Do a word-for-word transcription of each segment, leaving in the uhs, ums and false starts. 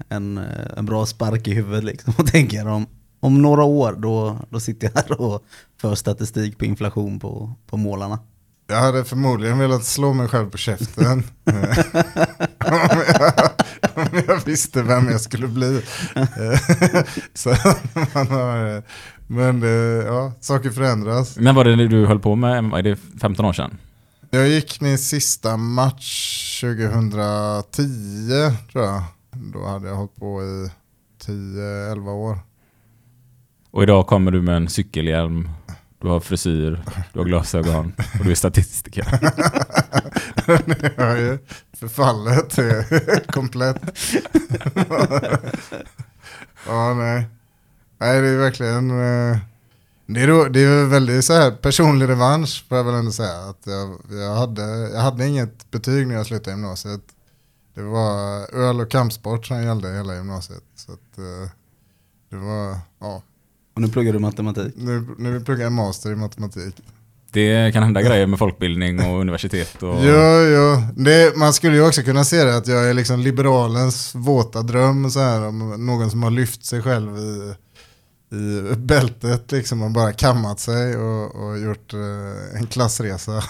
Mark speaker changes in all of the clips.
Speaker 1: en, en bra spark i huvudet liksom. Och tänker om, om några år då, då sitter jag här och för statistik på inflation på, på målarna.
Speaker 2: Jag hade förmodligen velat slå mig själv på käften om, jag, om jag visste vem jag skulle bli. Så man har, men ja, saker förändras.
Speaker 3: Men var det du höll på med? Var det femton år sedan?
Speaker 2: Jag gick min sista match tjugohundratio tror jag. Då hade jag hållit på i tio elva år.
Speaker 3: Och idag kommer du med en cykelhjälm. Du har frisyr, du har glasögon och du är statistiker.
Speaker 2: Nu har jag ju förfallet komplett. Ja, nej. Nej, det är verkligen... Det är, det är väldigt så här personlig revansch, får jag väl ändå säga. Att jag, jag, hade, jag hade inget betyg när jag slutade gymnasiet. Det var öl- och kampsport som gällde hela gymnasiet. Så att, det var... ja.
Speaker 1: Och nu pluggar du matematik?
Speaker 2: Nu, nu pluggar jag master i matematik.
Speaker 3: Det kan hända grejer med folkbildning och universitet. Och...
Speaker 2: Ja, ja. Det, man skulle ju också kunna se det att jag är liksom liberalens våta dröm. Så här, om någon som har lyft sig själv i, i bältet liksom, och bara kammat sig och, och gjort uh, en klassresa.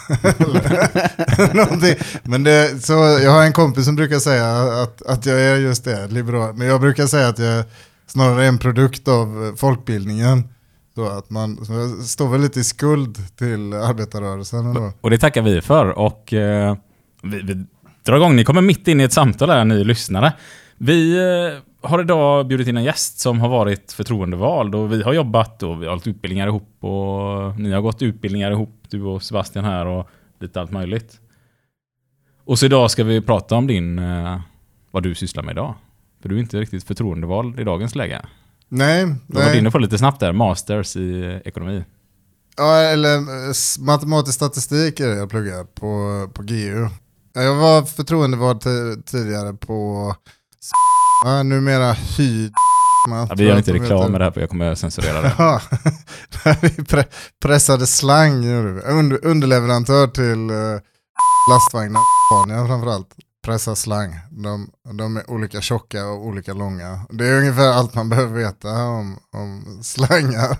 Speaker 2: Men det, så, jag har en kompis som brukar säga att, att jag är just det, liberal. Men jag brukar säga att jag snarare är en produkt av folkbildningen. Så att man står väl lite i skuld till arbetarrörelsen. Då.
Speaker 3: Och det tackar vi för. Och eh, vi, vi drar igång. Ni kommer mitt in i ett samtal här, ni lyssnare. Vi eh, har idag bjudit in en gäst som har varit förtroendevald. Och vi har jobbat och vi har hållit utbildningar ihop. Och ni har gått utbildningar ihop, du och Sebastian här. Och lite allt möjligt. Och så idag ska vi prata om din, eh, vad du sysslar med idag. För du är inte riktigt förtroendevald i dagens läge.
Speaker 2: Nej.
Speaker 3: Du har varit inne på lite snabbt där, masters i ekonomi.
Speaker 2: Ja, eller matematisk statistik är det jag pluggar på, på G U. Jag var förtroendevald t- tidigare på ja, numera hyd.
Speaker 3: Ja, vi gör inte reklam med det här, för jag kommer censurera det.
Speaker 2: Ja, vi pre- pressade slang. Under- underleverantör till uh, lastvagnar framförallt. Pressa slang. De, de är olika tjocka och olika långa. Det är ungefär allt man behöver veta om, om slangar.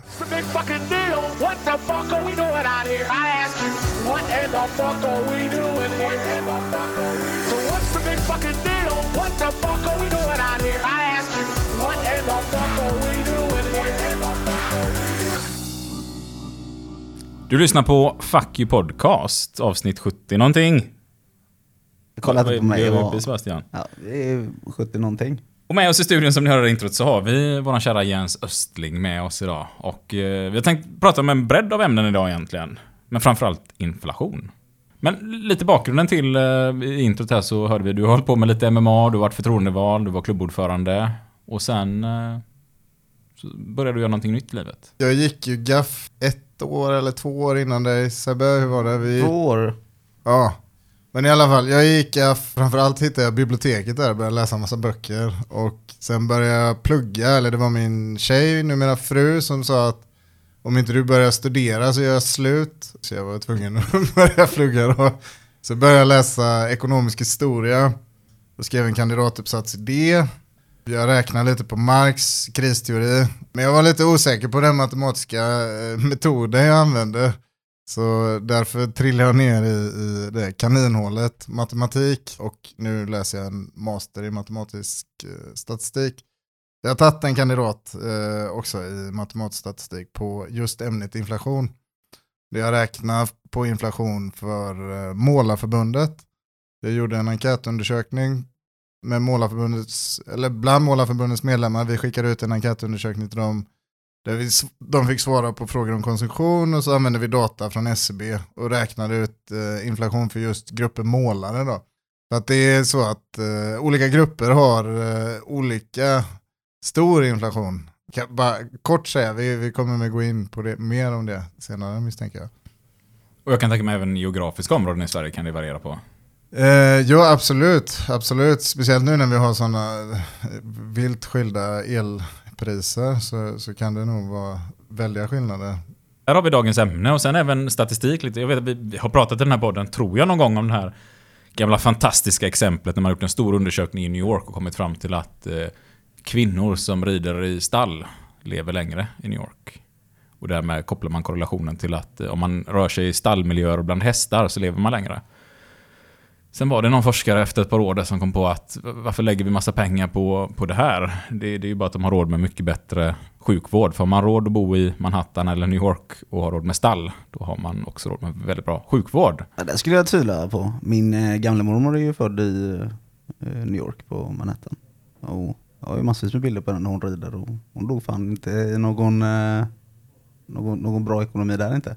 Speaker 3: Du lyssnar på Fuck You Podcast, avsnitt sjuttio någonting.
Speaker 1: Kolla på mig.
Speaker 3: Och... Sebastian.
Speaker 1: Ja, det är sjuttio någonting.
Speaker 3: Och med oss i studion, som ni hör i introt, så har vi våran kära Jens Östling med oss idag. Och eh, vi har tänkt prata om en bredd av ämnen idag egentligen. Men framförallt inflation. Men lite bakgrunden till eh, i introt här så hörde vi, du har hållit på med lite M M A, du har varit förtroendevald, du var klubbordförande. Och sen eh, så började du göra någonting nytt i livet.
Speaker 2: Jag gick ju G A F ett år eller två år innan dig. Sebbe, hur var det? Vi...
Speaker 1: Två år?
Speaker 2: Ja. Men i alla fall, jag gick, jag, framförallt hittade jag biblioteket där, började läsa en massa böcker och sen började jag plugga, eller det var min tjej, numera fru, som sa att om inte du börjar studera så gör jag slut. Så jag var tvungen att börja plugga då. Så började jag läsa ekonomisk historia och skrev en kandidatuppsats i det. Jag räknade lite på Marx kristeori, men jag var lite osäker på den matematiska metoden jag använde. Så därför trillade jag ner i, i det kaninhålet, matematik, och nu läser jag en master i matematisk eh, statistik. Jag har tagit en kandidat eh, också i matematisk statistik på just ämnet inflation. Jag räknar på inflation för eh, Målarförbundet. Jag gjorde en enkätundersökning med Målarförbundets, eller bland Målarförbundets medlemmar. Vi skickade ut en enkätundersökning till dem. Där vi, de fick svara på frågor om konsumtion, och så använde vi data från S C B och räknade ut eh, inflation för just grupper målare då. Så att det är så att eh, olika grupper har eh, olika stor inflation. Kan bara kort säga, vi, vi kommer med gå in på det, mer om det senare, misstänker jag.
Speaker 3: Och jag kan tänka mig även geografiska områden i Sverige kan det variera på.
Speaker 2: Eh, ja, absolut. Absolut. Speciellt nu när vi har sådana vilt skilda el priser så, så kan det nog vara väldiga skillnader.
Speaker 3: Här har vi dagens ämne och sen även statistik lite. Jag vet att vi har pratat i den här podden, tror jag, någon gång om den här gamla fantastiska exemplet när man har gjort en stor undersökning i New York och kommit fram till att eh, kvinnor som rider i stall lever längre i New York. Och därmed kopplar man korrelationen till att om man rör sig i stallmiljöer och bland hästar så lever man längre. Sen var det någon forskare efter ett par år där som kom på att varför lägger vi massa pengar på, på det här? Det, det är ju bara att de har råd med mycket bättre sjukvård. För om man har råd att bo i Manhattan eller New York och har råd med stall, då har man också råd med väldigt bra sjukvård.
Speaker 1: Ja, det skulle jag tvivla på. Min eh, gamla mormor är ju född i eh, New York på Manhattan. Och jag har ju massvis med bilder på henne när hon rider. Och hon dog fan inte i någon, eh, någon, någon bra ekonomi där inte.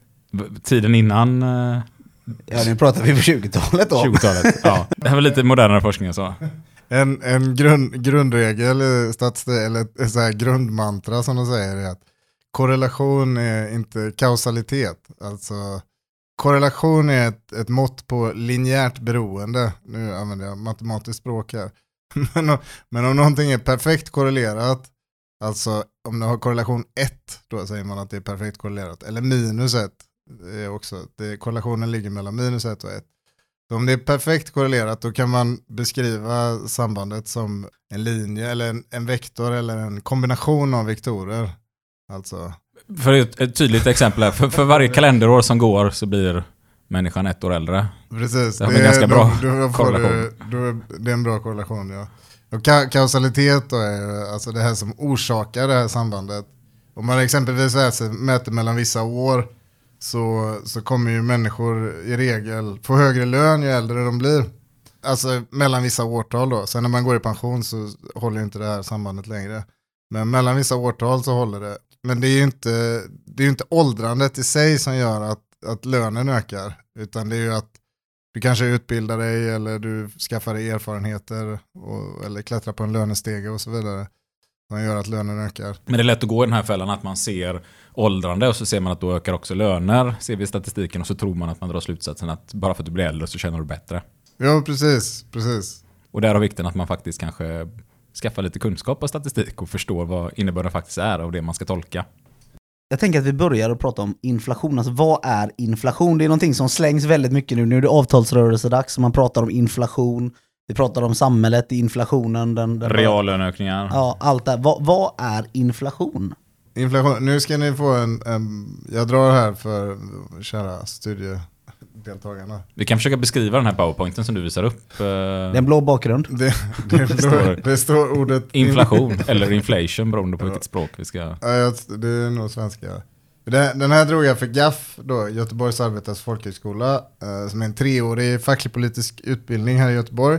Speaker 3: Tiden innan... Eh...
Speaker 1: Ja, nu pratar vi på tjugotalet då.
Speaker 3: tjugotalet, ja. Det här var lite modernare forskning så.
Speaker 2: En, en grund, grundregel i statistik, eller så här grundmantra som de säger, är att korrelation är inte kausalitet. Alltså korrelation är ett, ett mått på linjärt beroende. Nu använder jag matematiskt språk här. men, om, men om någonting är perfekt korrelerat, alltså om det har korrelation ett, då säger man att det är perfekt korrelerat. Eller minus ett. Det är också, det, korrelationen ligger mellan minus ett och ett. Så om det är perfekt korrelerat, då kan man beskriva sambandet som en linje eller en, en vektor eller en kombination av vektorer. Alltså.
Speaker 3: För ett, ett tydligt exempel här, för, för varje kalenderår som går så blir människan ett år äldre.
Speaker 2: Precis,
Speaker 3: det, det är ganska bra
Speaker 2: då, då
Speaker 3: korrelation.
Speaker 2: Du, då, det är en bra korrelation, ja. Och ka- kausalitet då är alltså det här som orsakar det här sambandet. Om man exempelvis mäter mellan vissa år, Så, så kommer ju människor i regel få högre lön ju äldre de blir. Alltså mellan vissa årtal då. Sen när man går i pension så håller inte det här sambandet längre. Men mellan vissa årtal så håller det. Men det är ju inte, det är ju inte åldrandet i sig som gör att, att lönen ökar. Utan det är ju att du kanske utbildar dig eller du skaffar dig erfarenheter och, eller klättrar på en lönestege och så vidare. Som gör att lönen ökar.
Speaker 3: Men det är lätt att gå i den här fällan att man ser åldrande och så ser man att då ökar också löner, ser vi i statistiken, och så tror man att man drar slutsatsen att bara för att du blir äldre så känner du bättre.
Speaker 2: Ja, precis, precis.
Speaker 3: Och där har vikten att man faktiskt kanske skaffar lite kunskap på statistik och förstår vad innebörden faktiskt är av det man ska tolka.
Speaker 1: Jag tänker att vi börjar att prata om inflation. Alltså vad är inflation? Det är någonting som slängs väldigt mycket nu. Nu är det avtalsrörelsedags och man pratar om inflation. Vi pratar om samhället i inflationen. Den, den
Speaker 3: Reallöneökningar.
Speaker 1: Ja, allt det. Vad, vad är inflation?
Speaker 2: Inflation. Nu ska ni få en, en... Jag drar här för kära studiedeltagarna.
Speaker 3: Vi kan försöka beskriva den här powerpointen som du visar upp.
Speaker 1: Det är en blå bakgrund.
Speaker 2: Det, det, det, står, det står ordet...
Speaker 3: Inflation eller inflation beroende på vilket språk vi ska...
Speaker 2: Ja, det är nog svenska. Den här drog jag för G A F, då, Göteborgs Arbetares Folkhögskola, eh, som är en treårig facklig politisk utbildning här i Göteborg.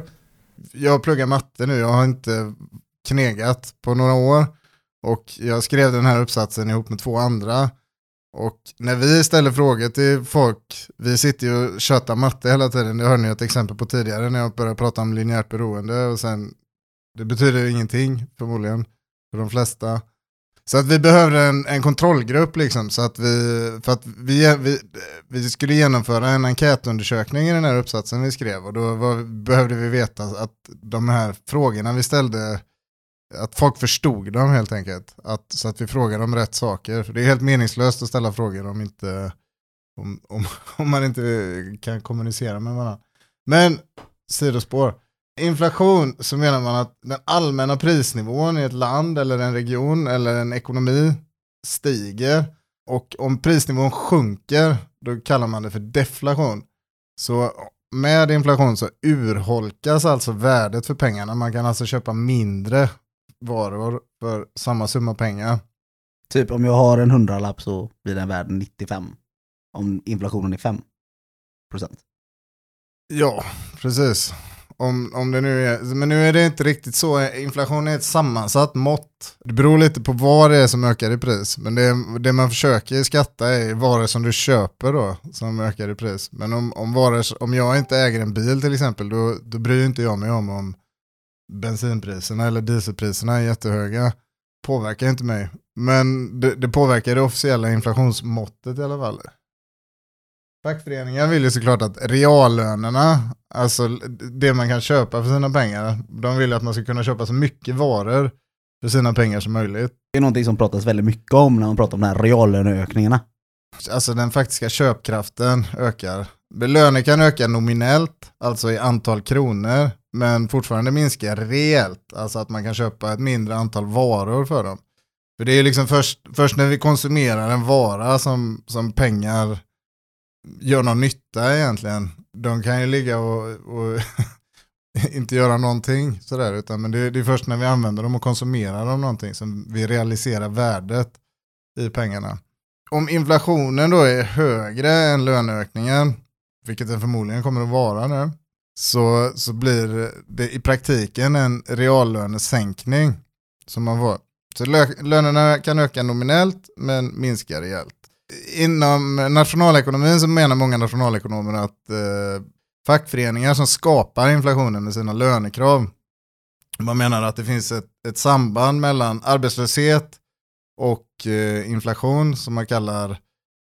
Speaker 2: Jag pluggar matte nu, jag har inte knegat på några år. Och jag skrev den här uppsatsen ihop med två andra. Och när vi ställer frågor till folk, vi sitter ju och tjötar matte hela tiden. Det hörde ni ett exempel på tidigare när jag började prata om linjärt beroende. Och sen, det betyder ingenting förmodligen för de flesta. Så att vi behövde en, en kontrollgrupp liksom, så att vi, för att vi, vi, vi skulle genomföra en enkätundersökning i den här uppsatsen vi skrev. Och då var, behövde vi veta att de här frågorna vi ställde, att folk förstod dem helt enkelt. Att, så att vi frågade om rätt saker. För det är helt meningslöst att ställa frågor om, inte, om, om, om man inte kan kommunicera med varandra. Men, sidospår. Inflation, så menar man att den allmänna prisnivån i ett land eller en region eller en ekonomi stiger. Och om prisnivån sjunker, då kallar man det för deflation. Så med inflation så urholkas alltså värdet för pengarna. Man kan alltså köpa mindre varor för samma summa pengar.
Speaker 1: Typ om jag har en hundralapp så blir den värd nittiofem. Om inflationen är fem procent.
Speaker 2: Ja, precis. Om, om det nu är, men nu är det inte riktigt så. Inflation är ett sammansatt mått. Det beror lite på vad det är som ökar i pris. Men det, det man försöker skatta är varor som du köper då, som ökar i pris. Men om, om, varor, om jag inte äger en bil till exempel, då, då bryr inte jag mig om om bensinpriserna eller dieselpriserna är jättehöga. Påverkar inte mig. Men det, det påverkar det officiella inflationsmåttet i alla fall. Fackföreningar vill ju såklart att reallönerna, alltså det man kan köpa för sina pengar, de vill att man ska kunna köpa så mycket varor för sina pengar som möjligt.
Speaker 1: Det är någonting som pratas väldigt mycket om när man pratar om de här reallöneökningarna.
Speaker 2: Alltså den faktiska köpkraften ökar. Löner kan öka nominellt, alltså i antal kronor, men fortfarande minskar rejält. Alltså att man kan köpa ett mindre antal varor för dem. För det är liksom först, först när vi konsumerar en vara som, som pengar gör någon nytta egentligen. De kan ju ligga och, och inte göra någonting sådär, utan men det, det är först när vi använder dem och konsumerar dem någonting som vi realiserar värdet i pengarna. Om inflationen då är högre än löneökningen, vilket den förmodligen kommer att vara nu, så, så blir det i praktiken en reallönesänkning som man var. Så lö- lönerna kan öka nominellt men minska rejält. Inom nationalekonomin så menar många nationalekonomer att eh, fackföreningar som skapar inflationen med sina lönekrav, man menar att det finns ett, ett samband mellan arbetslöshet och eh, inflation som man kallar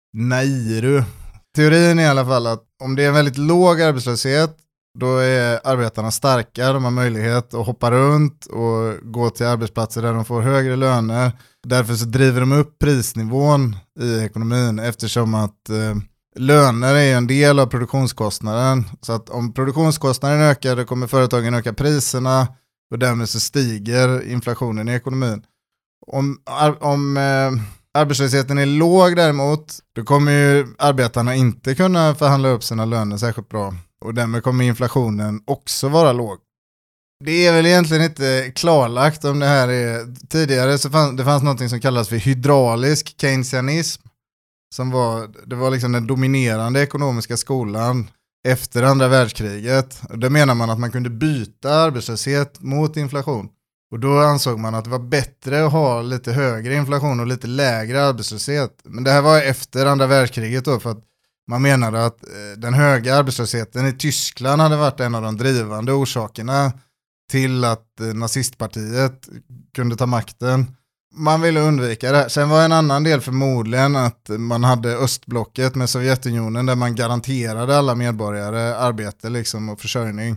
Speaker 2: Nairu. Teorin är i alla fall att om det är en väldigt låg arbetslöshet, då är arbetarna starka, de har möjlighet att hoppa runt och gå till arbetsplatser där de får högre löner. Därför så driver de upp prisnivån i ekonomin, eftersom att eh, löner är en del av produktionskostnaden. Så att om produktionskostnaden ökar, då kommer företagen öka priserna och därmed så stiger inflationen i ekonomin. Om, om eh, arbetslösheten är låg däremot, då kommer ju arbetarna inte kunna förhandla upp sina löner särskilt bra. Och därmed kommer inflationen också vara låg. Det är väl egentligen inte klarlagt om det här är... Tidigare så fanns det fanns något som kallas för hydraulisk keynesianism. Som var, det var liksom den dominerande ekonomiska skolan efter andra världskriget. Och där menar man att man kunde byta arbetslöshet mot inflation. Och då ansåg man att det var bättre att ha lite högre inflation och lite lägre arbetslöshet. Men det här var efter andra världskriget då, för att man menade att den höga arbetslösheten i Tyskland hade varit en av de drivande orsakerna till att nazistpartiet kunde ta makten. Man ville undvika det. Sen var en annan del förmodligen att man hade östblocket med Sovjetunionen där man garanterade alla medborgare arbete liksom och försörjning.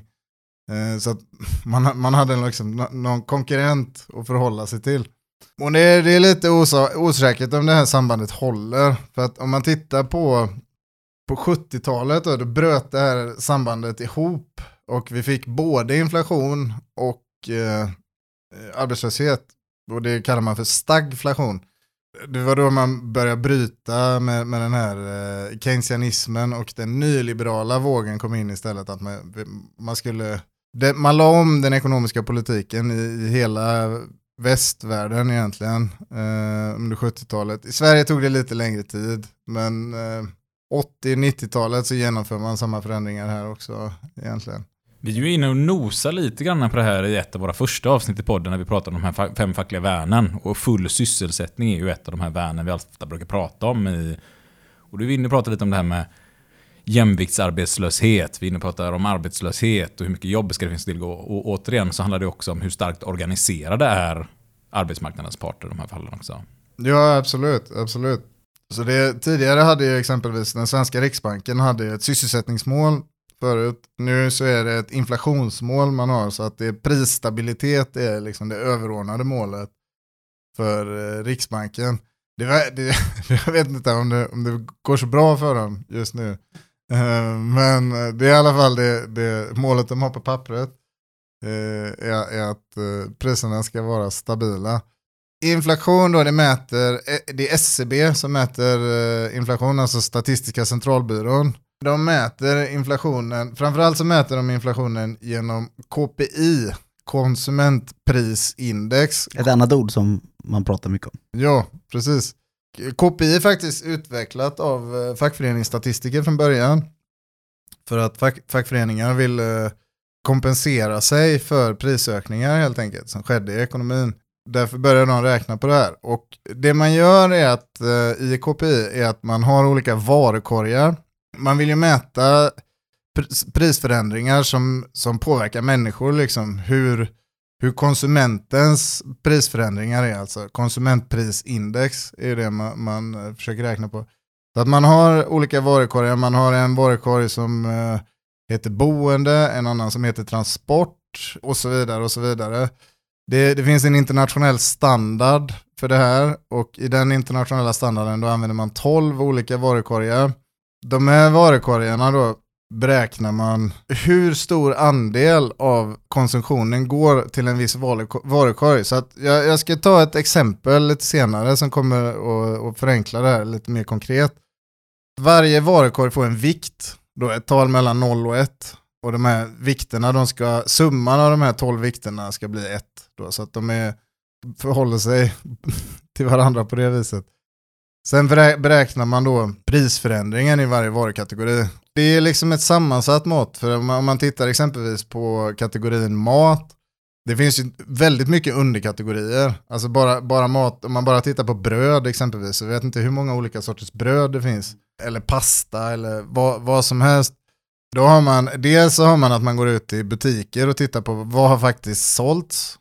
Speaker 2: Så att man, man hade liksom någon konkurrent att förhålla sig till. Och det är, det är lite osa, osäkert om det här sambandet håller. För att om man tittar på På sjuttiotalet då, då bröt det här sambandet ihop och vi fick både inflation och eh, arbetslöshet, och det kallar man för stagflation. Det var då man började bryta med, med den här eh, keynesianismen, och den nyliberala vågen kom in istället, att man, man skulle det, man la om den ekonomiska politiken i, i hela västvärlden egentligen eh, under sjuttiotalet. I Sverige tog det lite längre tid, men eh, åttio-nittiotalet så genomför man samma förändringar här också egentligen.
Speaker 3: Vi är ju inne och nosar lite grann på det här i ett av våra första avsnitt i podden när vi pratar om de här fem fackliga värnen. Och full sysselsättning är ju ett av de här värnen vi ofta brukar prata om. I, och du är inne och pratar lite om det här med jämviktsarbetslöshet. Vi är inne och pratar om arbetslöshet och hur mycket jobb ska det finnas tillgå. Och återigen så handlar det också om hur starkt organiserade är arbetsmarknadens parter i de här fallen också.
Speaker 2: Ja, absolut, absolut. Så det, tidigare hade ju exempelvis den svenska Riksbanken hade ett sysselsättningsmål förut. Nu så är det ett inflationsmål man har, så att det är prisstabilitet är liksom det överordnade målet för eh, Riksbanken. Det, det, jag vet inte om det, om det går så bra för dem just nu. Uh, men det är i alla fall det, det målet de har på pappret uh, är, är att uh, priserna ska vara stabila. Inflation då, det mäter, det är S C B som mäter inflation, alltså Statistiska centralbyrån. De mäter inflationen, framförallt så mäter de inflationen genom K P I, konsumentprisindex.
Speaker 1: Ett annat ord som man pratar mycket om.
Speaker 2: Ja, precis. K P I är faktiskt utvecklat av fackföreningsstatistiker från början. För att fack, fackföreningar vill kompensera sig för prisökningar helt enkelt som skedde i ekonomin. Därför börjar de räkna på det här. Och det man gör är att eh, i K P I är att man har olika varukorgar. Man vill ju mäta pr- prisförändringar som, som påverkar människor. Liksom. Hur, hur konsumentens prisförändringar är. Alltså konsumentprisindex är det man, man försöker räkna på. Så att man har olika varukorgar. Man har en varukorg som eh, heter boende. En annan som heter transport. Och så vidare och så vidare. Det, det finns en internationell standard för det här, och i den internationella standarden då använder man tolv olika varukorgar. De här varukorgarna då beräknar man hur stor andel av konsumtionen går till en viss varukorg. Så att jag, jag ska ta ett exempel lite senare som kommer att förenkla det här lite mer konkret. Varje varukorg får en vikt, då ett tal mellan noll och ett. Och de här vikterna, de ska, summan av de här tolv vikterna ska bli ett. Då, så att de är, förhåller sig till varandra på det viset. Sen beräknar man då prisförändringen i varje varukategori. Det är liksom ett sammansatt mått. För om man tittar exempelvis på kategorin mat. Det finns ju väldigt mycket underkategorier. Alltså bara, bara mat, om man bara tittar på bröd exempelvis. Så jag vet inte hur många olika sorters bröd det finns. Eller pasta eller vad, vad som helst. Då har man, dels så har man att man går ut i butiker och tittar på vad har faktiskt sålts.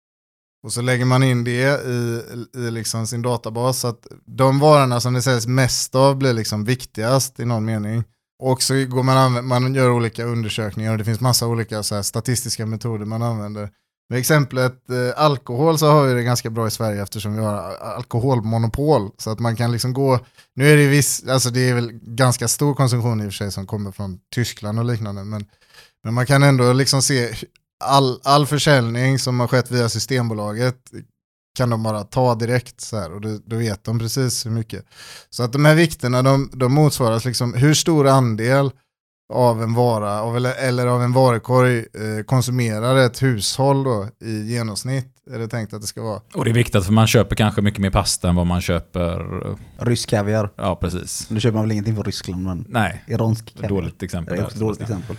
Speaker 2: Och så lägger man in det i, i liksom sin databas så att de varorna som det säljs mest av blir liksom viktigast i någon mening. Och så går man, man gör olika undersökningar och det finns massa olika så här statistiska metoder man använder. Med exemplet eh, alkohol så har vi det ganska bra i Sverige eftersom vi har alkoholmonopol. Så att man kan liksom gå, nu är det viss, alltså det är väl ganska stor konsumtion i och för sig som kommer från Tyskland och liknande. Men, men man kan ändå liksom se all, all försäljning som har skett via Systembolaget kan de bara ta direkt så här och då, då vet de precis hur mycket. Så att de här vikterna de, de motsvaras liksom hur stor andel av en vara av, eller, eller av en varukorg eh, konsumerar ett hushåll då, i genomsnitt är det tänkt att det ska vara.
Speaker 3: Och det är viktigt för man köper kanske mycket mer pasta än vad man köper
Speaker 1: rysk kaviar.
Speaker 3: Ja, precis.
Speaker 1: Nu köper man väl ingenting från Ryssland, men
Speaker 3: nej,
Speaker 1: iransk kaviar.
Speaker 3: Dåligt exempel.
Speaker 1: Det är också ett dåligt exempel.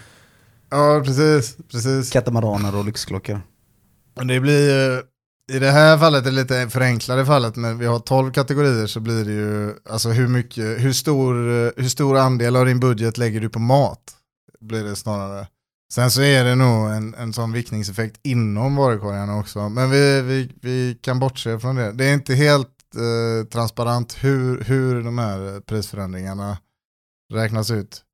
Speaker 2: Ja, precis, precis.
Speaker 1: Katamaraner och lyxklockor.
Speaker 2: Och det blir i det här fallet är det lite förenklade fallet, men vi har tolv kategorier så blir det ju alltså hur mycket hur stor hur stor andel av din budget lägger du på mat blir det snarare. Sen så är det nog en, en sån viktningseffekt inom varukorgarna också, men vi, vi, vi kan bortse från det. Det är inte helt eh, transparent hur, hur de här prisförändringarna räknas ut.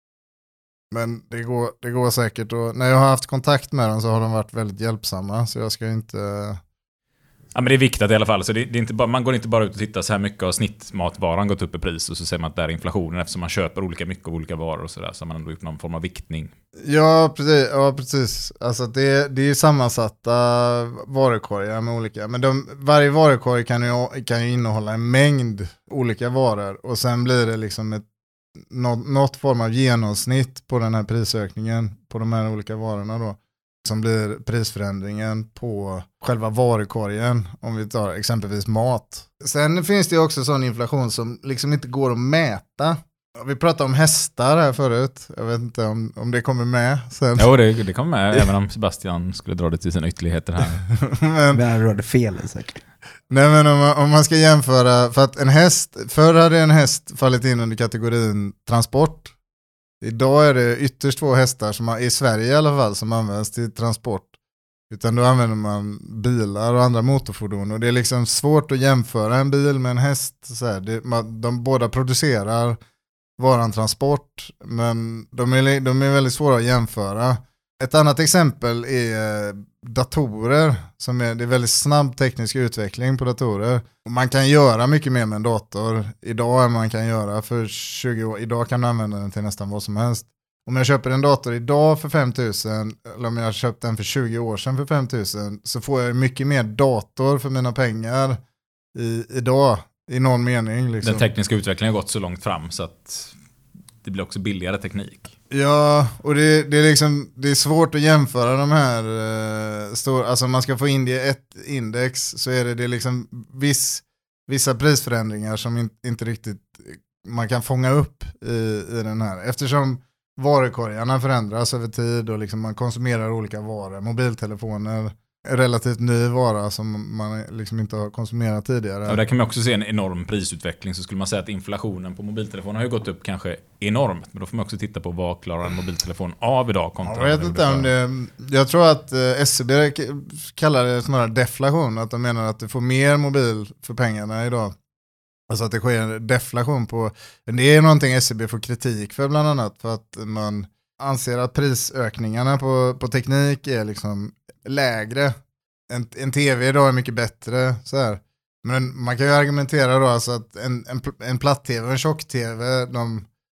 Speaker 2: Men det går, det går säkert, och när jag har haft kontakt med dem så har de varit väldigt hjälpsamma, så jag ska inte...
Speaker 3: Ja, men det är viktigt i alla fall, så det, det är inte bara, man går inte bara ut och tittar så här mycket och snittmatvaran gått upp i pris och så ser man att det är inflationen eftersom man köper olika mycket av olika varor och sådär, så har man ändå gjort någon form av viktning.
Speaker 2: Ja, precis. Ja, precis. Alltså det, det är ju sammansatta varukorgar med olika, men de, varje varukorg kan ju, kan ju innehålla en mängd olika varor och sen blir det liksom ett något, något form av genomsnitt på den här prisökningen på de här olika varorna då, som blir prisförändringen på själva varukorgen, om vi tar exempelvis mat. Sen finns det ju också sån inflation som liksom inte går att mäta. Vi pratade om hästar här förut. Jag vet inte om, om det kommer med sen.
Speaker 3: Jo, det, det kommer med, även om Sebastian skulle dra det till sina ytterligheter här.
Speaker 1: Men men du hade fel säkert.
Speaker 2: Nej, men om man, om man ska jämföra, för att en häst, förr hade en häst fallit in under kategorin transport. Idag är det ytterst två hästar som har, i Sverige i alla fall, som används till transport. Utan då använder man bilar och andra motorfordon. Och det är liksom svårt att jämföra en bil med en häst. Så här, det, man, de båda producerar varan transport, men de är, de är väldigt svåra att jämföra. Ett annat exempel är datorer. Som är, det är väldigt snabb teknisk utveckling på datorer. Man kan göra mycket mer med en dator idag än man kan göra för tjugo år. Idag kan du använda den till nästan vad som helst. Om jag köper en dator idag för fem tusen, eller om jag köpt den för tjugo år sedan för fem tusen, så får jag mycket mer dator för mina pengar i, idag i någon mening. Liksom.
Speaker 3: Den tekniska utvecklingen har gått så långt fram så att det blir också billigare teknik.
Speaker 2: Ja, och det, det, är liksom, det är svårt att jämföra de här uh, stor, alltså om man ska få in det i ett index så är det, det är liksom viss, vissa prisförändringar som in, inte riktigt man kan fånga upp i, i den här. Eftersom varukorgarna förändras över tid och liksom man konsumerar olika varor, mobiltelefoner, relativt ny vara som man liksom inte har konsumerat tidigare.
Speaker 3: Ja, där kan man också se en enorm prisutveckling, så skulle man säga att inflationen på mobiltelefoner har ju gått upp kanske enormt, men då får man också titta på vad klarar en mobiltelefon av idag kontra.
Speaker 2: Jag vet inte om det, jag tror att eh, S C B kallar det snarare deflation, att de menar att du får mer mobil för pengarna idag. Alltså att det sker en deflation på, men det är någonting S C B får kritik för bland annat, för att man anser att prisökningarna på, på teknik är liksom lägre. En, en tv idag är mycket bättre så här. Men man kan ju argumentera då alltså att en, en, en platt-tv och en tjock-tv, de,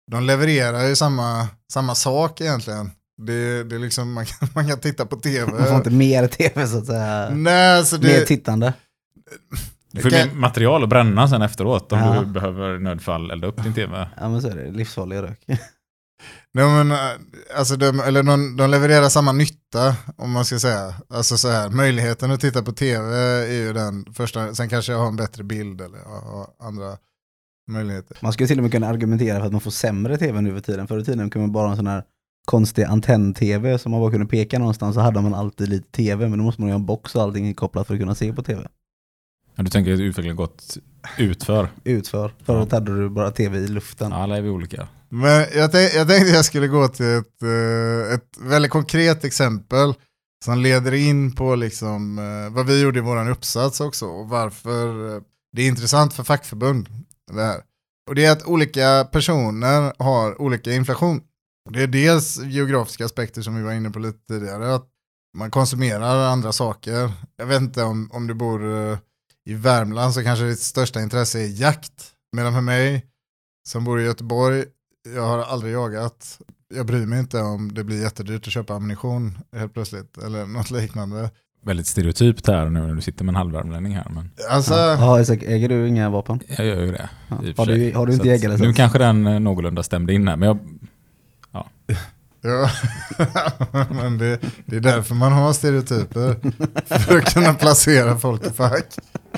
Speaker 2: de levererar ju samma, samma sak egentligen. Det, det är liksom, man kan, man kan titta på tv.
Speaker 1: Man får inte mer tv så att säga.
Speaker 2: Nej, så det,
Speaker 1: mer tittande.
Speaker 3: Du får
Speaker 2: kan-
Speaker 3: mer material att bränna sen efteråt om
Speaker 1: Ja.
Speaker 3: du behöver nödfall elda upp din tv.
Speaker 1: Ja men så är det, livsfarlig rök.
Speaker 2: Nej, men, alltså de, eller de, de levererar samma nytta, om man ska säga. Alltså så här, möjligheten att titta på tv är ju den första. Sen kanske jag har en bättre bild eller jag har andra möjligheter.
Speaker 1: Man skulle till och med kunna argumentera för att man får sämre tv nu för tiden. Förr i tiden kunde man bara ha en sån här konstig antenn-tv som man bara kunde peka någonstans, så hade man alltid lite tv, men då måste man ju ha en box och allting kopplat för att kunna se på tv.
Speaker 3: Ja, du tänker att utvecklingen gått utför.
Speaker 1: Utför. Förut hade du bara tv i luften.
Speaker 3: Ja, alla är vi olika.
Speaker 2: Men jag, tänk, jag tänkte jag skulle gå till ett, eh, ett väldigt konkret exempel som leder in på liksom, eh, vad vi gjorde i våran uppsats också och varför eh, det är intressant för fackförbund. Det här. Och det är att olika personer har olika inflation. Det är dels geografiska aspekter som vi var inne på lite tidigare, att man konsumerar andra saker. Jag vet inte om, om du bor eh, i Värmland så kanske ditt största intresse är jakt. Medan för mig som bor i Göteborg, jag har aldrig jagat. Jag bryr mig inte om det blir jättedyrt att köpa ammunition helt plötsligt eller något liknande.
Speaker 3: Väldigt stereotypt här nu när du sitter med en halvvärmlänning här. Men
Speaker 2: Alltså,
Speaker 1: Ja, Isak, äger du inga vapen?
Speaker 3: jag gör ju det.
Speaker 1: Ja.
Speaker 3: i och för
Speaker 1: Har, du,
Speaker 3: sig.
Speaker 1: har du
Speaker 3: Så
Speaker 1: inte
Speaker 3: att
Speaker 1: jägare?
Speaker 3: Nu kanske den eh, någorlunda stämde in här. Men jag,
Speaker 2: ja. Men det, det är därför man har stereotyper. För att kunna placera folk i fack.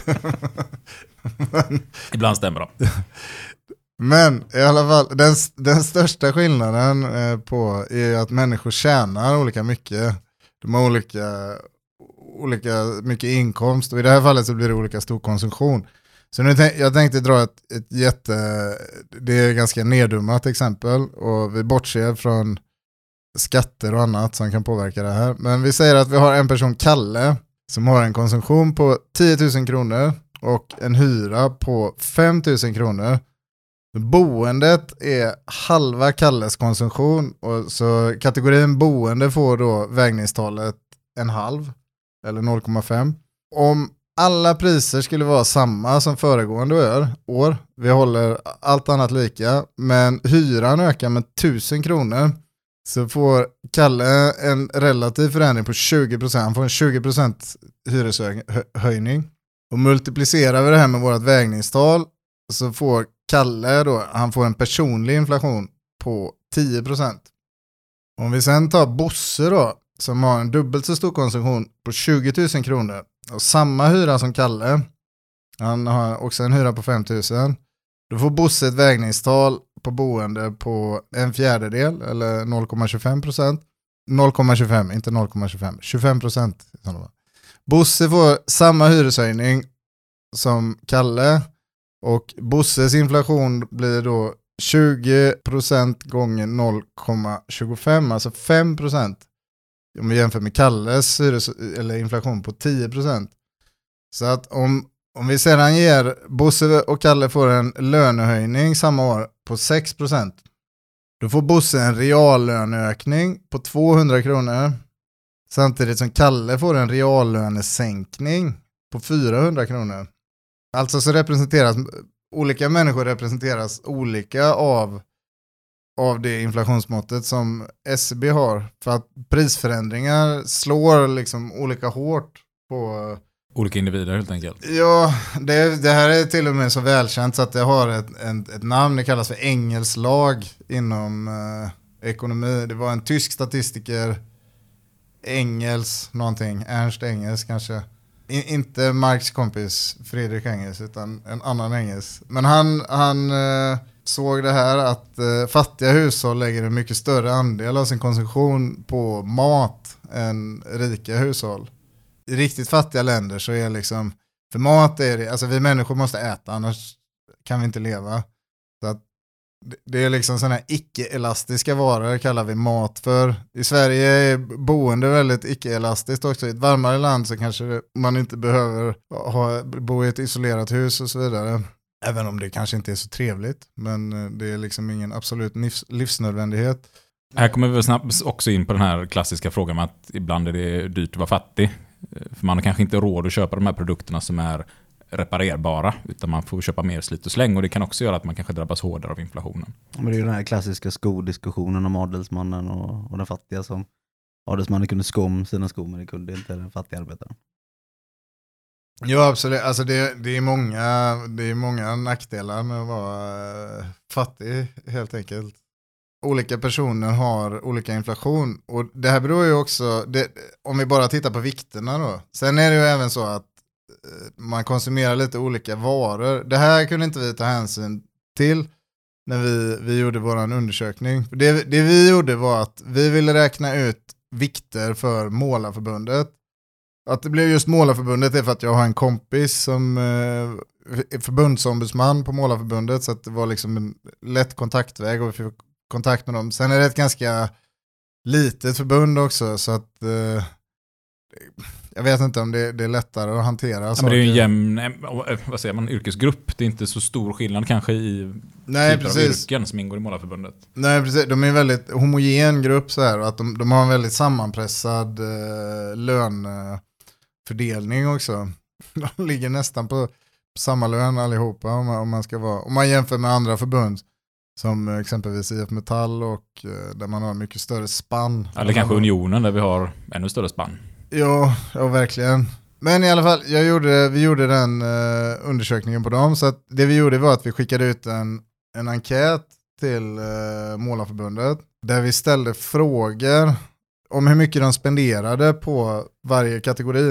Speaker 2: Men,
Speaker 3: ibland stämmer de.
Speaker 2: men i alla fall, den, den största skillnaden eh, på är att människor tjänar olika mycket. De har olika, olika mycket inkomst och i det här fallet så blir det olika stor konsumtion. Så nu tänk, jag tänkte dra ett, ett jätte, det är ganska neddummat exempel och vi bortser från skatter och annat som kan påverka det här. Men vi säger att vi har en person, Kalle, som har en konsumtion på tio tusen kronor och en hyra på fem tusen kronor. Boendet är halva Kalles konsumtion och så kategorin boende får då vägningstalet en halv eller noll komma fem. Om alla priser skulle vara samma som föregående år, år, vi håller allt annat lika, men hyran ökar med tusen kronor, så får Kalle en relativ förändring på tjugo procent. Han får en tjugo procent hyreshöjning. Och multiplicerar vi det här med vårt vägningstal så får Kalle då, han får en personlig inflation på tio procent. Om vi sen tar Bosse då, som har en dubbelt så stor konsumtion på tjugo tusen kronor och samma hyra som Kalle, han har också en hyra på fem tusen, då får Bosse ett vägningstal på boende på en fjärdedel eller noll komma tjugofem procent. noll komma tjugofem, inte noll komma tjugofem, tjugofem procent. Bosse får samma hyreshöjning som Kalle och Bosses inflation blir då tjugo procent gånger noll komma tjugofem, alltså fem procent. Om vi jämför med Kalles hyres- eller inflation på tio procent. Så att om, om vi sedan ger Bosse och Kalle får en lönehöjning samma år på sex procent, då får Bosse en reallöneökning på tvåhundra kronor samtidigt som Kalle får en reallönesänkning på fyrahundra kronor. Alltså så representeras olika människor representeras olika av av det inflationsmåttet som S C B har, för att prisförändringar slår liksom olika hårt på
Speaker 3: Olika individer helt enkelt.
Speaker 2: ja, det, det här är till och med så välkänt så att det har ett, ett, ett namn, det kallas för Engels lag inom eh, ekonomi. Det var en tysk statistiker, Engels någonting, Ernst Engels kanske. I, inte Marx kompis Fredrik Engels utan en annan Engels. Men han, han eh, såg det här att eh, fattiga hushåll lägger en mycket större andel av sin konsumtion på mat än rika hushåll. I riktigt fattiga länder så är liksom, för mat är det, alltså vi människor måste äta annars kan vi inte leva. Så att det är liksom sådana här icke-elastiska varor kallar vi mat för. I Sverige är boende väldigt icke-elastiskt också. I ett varmare land så kanske man inte behöver ha, bo i ett isolerat hus och så vidare. Även om det kanske inte är så trevligt. Men det är liksom ingen absolut livs, livsnödvändighet.
Speaker 3: Här kommer vi snabbt också in på den här klassiska frågan om att ibland är det dyrt att vara fattig. För man har kanske inte råd att köpa de här produkterna som är reparerbara, utan man får köpa mer slit och släng, och det kan också göra att man kanske drabbas hårdare av inflationen.
Speaker 1: Men det är ju den här klassiska skodiskussionen om adelsmannen och, och den fattiga, som adelsmannen kunde sko om sina skor, men det kunde inte den fattiga arbetaren.
Speaker 2: Ja, absolut. Alltså det, det, är många, det är många nackdelar med att vara fattig, helt enkelt. Olika personer har olika inflation, och det här beror ju också, det, om vi bara tittar på vikterna då. Sen är det ju även så att man konsumerar lite olika varor. Det här kunde inte vi ta hänsyn till när vi, vi gjorde vår undersökning. Det, det vi gjorde var att vi ville räkna ut vikter för Målarförbundet. Att det blev just Målarförbundet är för att jag har en kompis som är förbundsombudsman på Målarförbundet, så att det var liksom en lätt kontaktväg och vi fick kontakt med dem. Sen är det ett ganska litet förbund också, så att eh, jag vet inte om det, det är lättare att hantera.
Speaker 3: Ja, men det är ju en jämn, vad säger man, yrkesgrupp. Det är inte så stor skillnad kanske i
Speaker 2: Nej,
Speaker 3: typer
Speaker 2: precis.
Speaker 3: av yrken som ingår i Målarförbundet.
Speaker 2: Nej, precis. De är en väldigt homogen grupp så här, och att de, de har en väldigt sammanpressad eh, lönefördelning också. De ligger nästan på samma lön allihopa, om man, om man ska vara, om man jämför med andra förbund som exempelvis I F Metall, och eh, där man har mycket större spann.
Speaker 3: Eller kanske Unionen, där vi har ännu större spann.
Speaker 2: Ja, ja, verkligen. Men i alla fall, jag gjorde, vi gjorde den uh, undersökningen på dem. Så att det vi gjorde var att vi skickade ut en, en enkät till uh, Målarförbundet. Där vi ställde frågor om hur mycket de spenderade på varje kategori.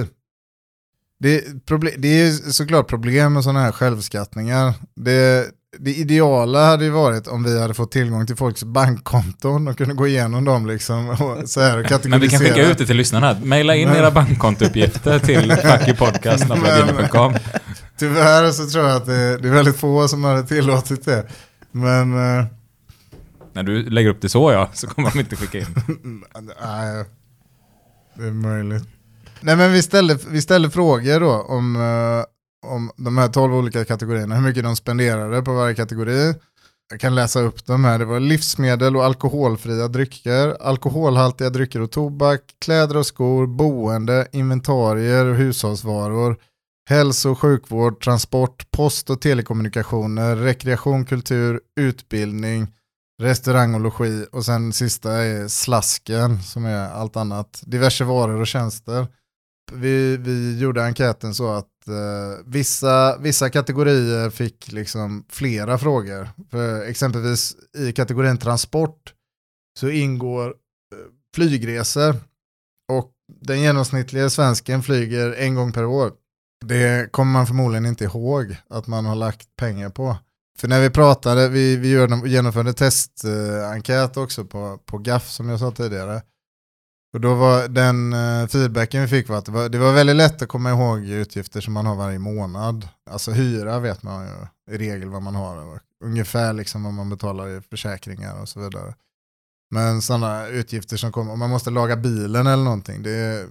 Speaker 2: Det, proble- det är såklart problem med sådana här självskattningar. Det, det ideala hade ju varit om vi hade fått tillgång till folks bankkonton och kunde gå igenom dem liksom och så här och kategorisera.
Speaker 3: Men vi kan skicka ut det till lyssnarna. Maila in era bankkontouppgifter till fuckipodcast snabel-a gmail punkt com.
Speaker 2: Tyvärr så tror jag att det, det är väldigt få som hade tillåtit det. Men uh,
Speaker 3: när du lägger upp det så, ja, så kommer de inte skicka in.
Speaker 2: Nej, det är möjligt. Nej, men vi ställde, vi ställde frågor då om, uh, om de här tolv olika kategorierna. Hur mycket de spenderade på varje kategori. Jag kan läsa upp dem här. Det var livsmedel och alkoholfria drycker, alkoholhaltiga drycker och tobak, kläder och skor, boende, inventarier och hushållsvaror, hälso- och sjukvård, transport, post- och telekommunikationer, rekreation, kultur, utbildning, restaurang och logi, och sen sista är slasken som är allt annat, diverse varor och tjänster. Vi, vi gjorde enkäten så att eh, vissa, vissa kategorier fick liksom flera frågor. För exempelvis i kategorin transport så ingår eh, flygresor, och den genomsnittliga svensken flyger en gång per år. Det kommer man förmodligen inte ihåg att man har lagt pengar på. För när vi pratade, vi, vi genomförde testenkät också på, på G A F som jag sa tidigare. Och då var den uh, feedbacken vi fick var att det var, det var väldigt lätt att komma ihåg utgifter som man har varje månad. Alltså hyra vet man ju i regel vad man har. Ungefär liksom vad man betalar i försäkringar och så vidare. Men sådana utgifter som kommer, om man måste laga bilen eller någonting, det är,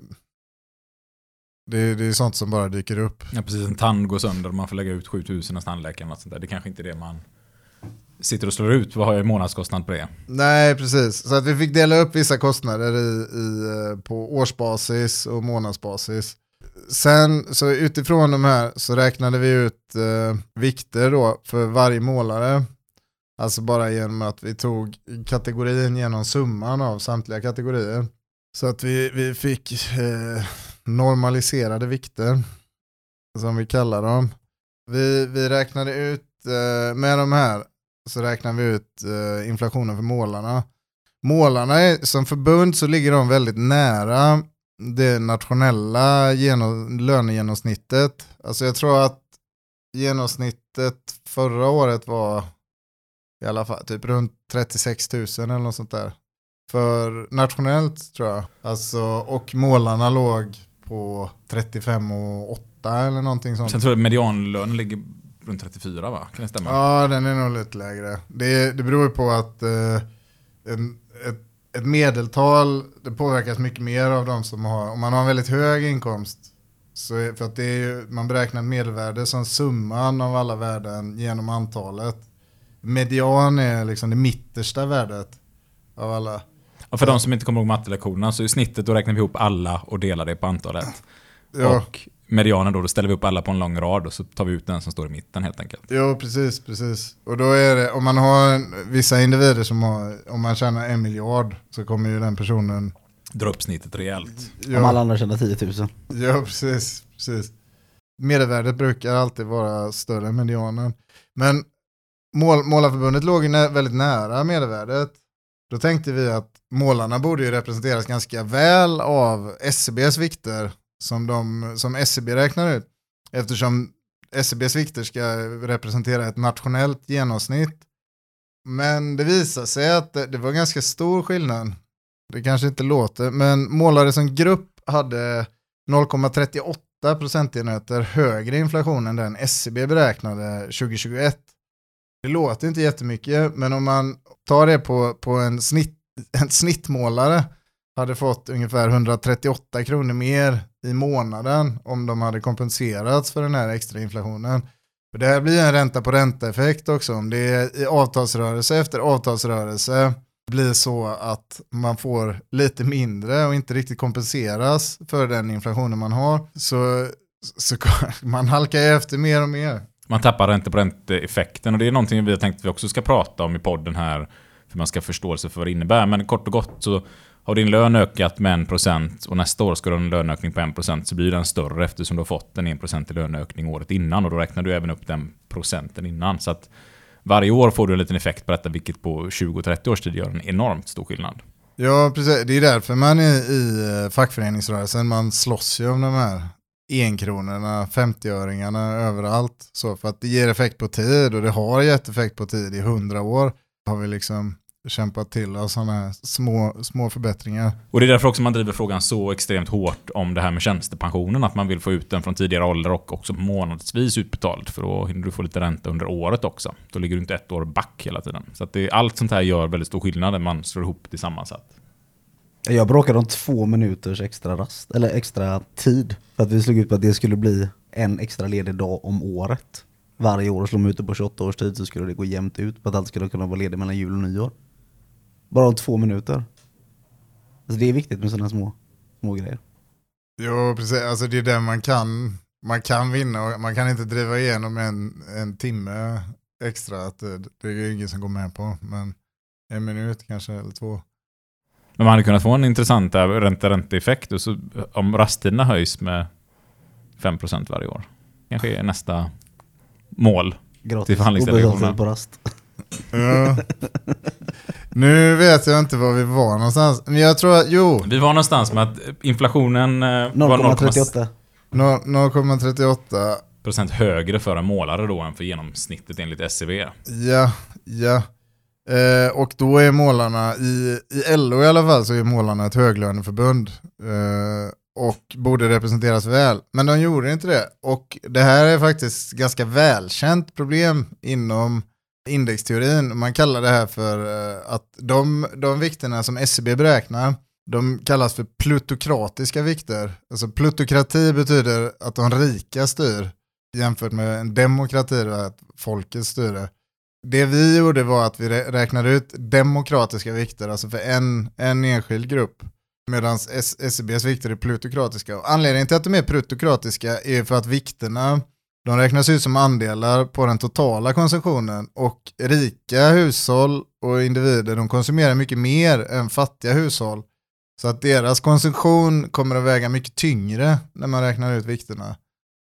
Speaker 2: det, det är sånt som bara dyker upp.
Speaker 3: Ja, precis. En tand går sönder och man får lägga ut sjutusen hos tandläkaren och sånt där. Det är kanske inte är det man sitter och slår ut. Vad har jag i månadskostnad på det?
Speaker 2: Nej, precis. Så att vi fick dela upp vissa kostnader i, i, på årsbasis och månadsbasis. Sen så utifrån de här så räknade vi ut eh, vikter då för varje målare. Alltså bara genom att vi tog kategorin genom summan av samtliga kategorier. Så att vi, vi fick eh, normaliserade vikter, som vi kallar dem. Vi, vi räknade ut eh, med de här så räknar vi ut eh, inflationen för målarna. Målarna är, som förbund så ligger de väldigt nära det nationella genom, lönegenomsnittet. Alltså jag tror att genomsnittet förra året var i alla fall typ runt trettiosex tusen eller något sånt där. För nationellt tror jag. Alltså, och målarna låg på trettiofem och åtta eller någonting sånt.
Speaker 3: Sen tror jag medianlönen ligger runt trettiofyra, va? Kan det stämma?
Speaker 2: Ja, den är nog lite lägre. Det, det beror på att eh, en, ett, ett medeltal, det påverkas mycket mer av de som har, om man har en väldigt hög inkomst, så är, för att det är, man beräknar medelvärde som summan av alla värden genom antalet. Median är liksom det mittersta värdet av alla.
Speaker 3: Och för de som inte kommer ihåg mattelektionerna så i snittet då räknar vi ihop alla och delar det på antalet.
Speaker 2: Ja.
Speaker 3: Och medianen då, då ställer vi upp alla på en lång rad och så tar vi ut den som står i mitten helt enkelt.
Speaker 2: Jo, precis, precis. Och då är det, om man har en, vissa individer som har, om man tjänar en miljard så kommer ju den personen
Speaker 3: dra upp snittet rejält.
Speaker 2: Ja,
Speaker 1: Om alla andra tjänar tio tusen.
Speaker 2: ja precis, precis. Medelvärdet brukar alltid vara större än medianen. Men mål, målarförbundet låg ju nä, väldigt nära medelvärdet. Då tänkte vi att målarna borde ju representeras ganska väl av S C B:s vikter som, de, som S C B räknar ut. Eftersom S C B:s vikter ska representera ett nationellt genomsnitt. Men det visade sig att det, det var ganska stor skillnad. Det kanske inte låter, men målare som grupp hade noll komma trettioåtta procentenheter högre inflation än den S C B beräknade tjugohundratjugoett. Det låter inte jättemycket, men om man tar det på, på en, snitt, en snittmålare hade fått ungefär hundratrettioåtta kronor mer i månaden om de hade kompenserats för den här extra inflationen. För det här blir en ränta på ränta-effekt också. Om det är i avtalsrörelse efter avtalsrörelse blir så att man får lite mindre och inte riktigt kompenseras för den inflationen man har, så, så man halkar efter mer och mer.
Speaker 3: Man tappar ränta på ränta-effekten, och det är någonting vi har tänkt att vi också ska prata om i podden här för man ska förståelse för vad det innebär. Men kort och gott så har din lön ökat med en procent och nästa år ska du ha en löneökning på en procent, så blir den större eftersom du har fått en en procent i löneökning året innan, och då räknar du även upp den procenten innan. Så att varje år får du en liten effekt på detta, vilket på tjugo till trettio års tid gör en enormt stor skillnad.
Speaker 2: Ja, precis. Det är därför man är i fackföreningsrörelsen, man slåss ju om de här enkronorna, femtioöringarna överallt. Så för att det ger effekt på tid, och det har gett effekt på tid i hundra år. Har vi liksom kämpat till oss sådana här små, små förbättringar.
Speaker 3: Och det är därför också man driver frågan så extremt hårt om det här med tjänstepensionen, att man vill få ut den från tidigare ålder och också månadsvis utbetald, för då hinner du få lite ränta under året också. Då ligger du inte ett år back hela tiden. Så att det, allt sånt här gör väldigt stor skillnad när man slår ihop tillsammans.
Speaker 1: Jag bråkade om två minuters extra rast, eller extra tid, för att vi slog ut på att det skulle bli en extra ledig dag om året. Varje år slår man ut det på tjugoåtta års tid, så skulle det gå jämnt ut på att allt skulle kunna vara ledig mellan jul och nyår. Bara om två minuter. Alltså det är viktigt med sådana små, små grejer.
Speaker 2: Jo, precis. Alltså det är det man kan, man kan vinna. Man kan inte driva igenom en, en timme extra. Att det, det är ingen som går med på. Men en minut kanske, eller två.
Speaker 3: Men man hade kunnat få en intressant ränta-ränta-effekt, och så, om rasttiderna höjs med fem procent varje år. Kanske är nästa mål
Speaker 1: Gratis,
Speaker 3: till förhandlingsdelegationerna.
Speaker 1: på rast.
Speaker 2: Ja. Nu vet jag inte var vi var någonstans. Men jag tror att, jo.
Speaker 3: Vi var någonstans med att inflationen eh,
Speaker 1: noll komma trettioåtta.
Speaker 2: noll komma trettioåtta
Speaker 3: procent högre för en målare då än för genomsnittet enligt S C B.
Speaker 2: Ja, ja. Eh, och då är målarna, i, i L O i alla fall, så är målarna ett höglöneförbund. Eh, och borde representeras väl. Men de gjorde inte det. Och det här är faktiskt ganska välkänt problem inom indexteorin. Man kallar det här för uh, att de, de vikterna som S C B beräknar, de kallas för plutokratiska vikter. Alltså plutokrati betyder att de rika styr jämfört med en demokrati, då, att folket styr det. Det vi gjorde var att vi räknade ut demokratiska vikter, alltså för en, en enskild grupp. Medan S C B:s vikter är plutokratiska. Och anledningen till att de är plutokratiska är för att vikterna, de räknas ut som andelar på den totala konsumtionen, och rika hushåll och individer, de konsumerar mycket mer än fattiga hushåll. Så att deras konsumtion kommer att väga mycket tyngre när man räknar ut vikterna.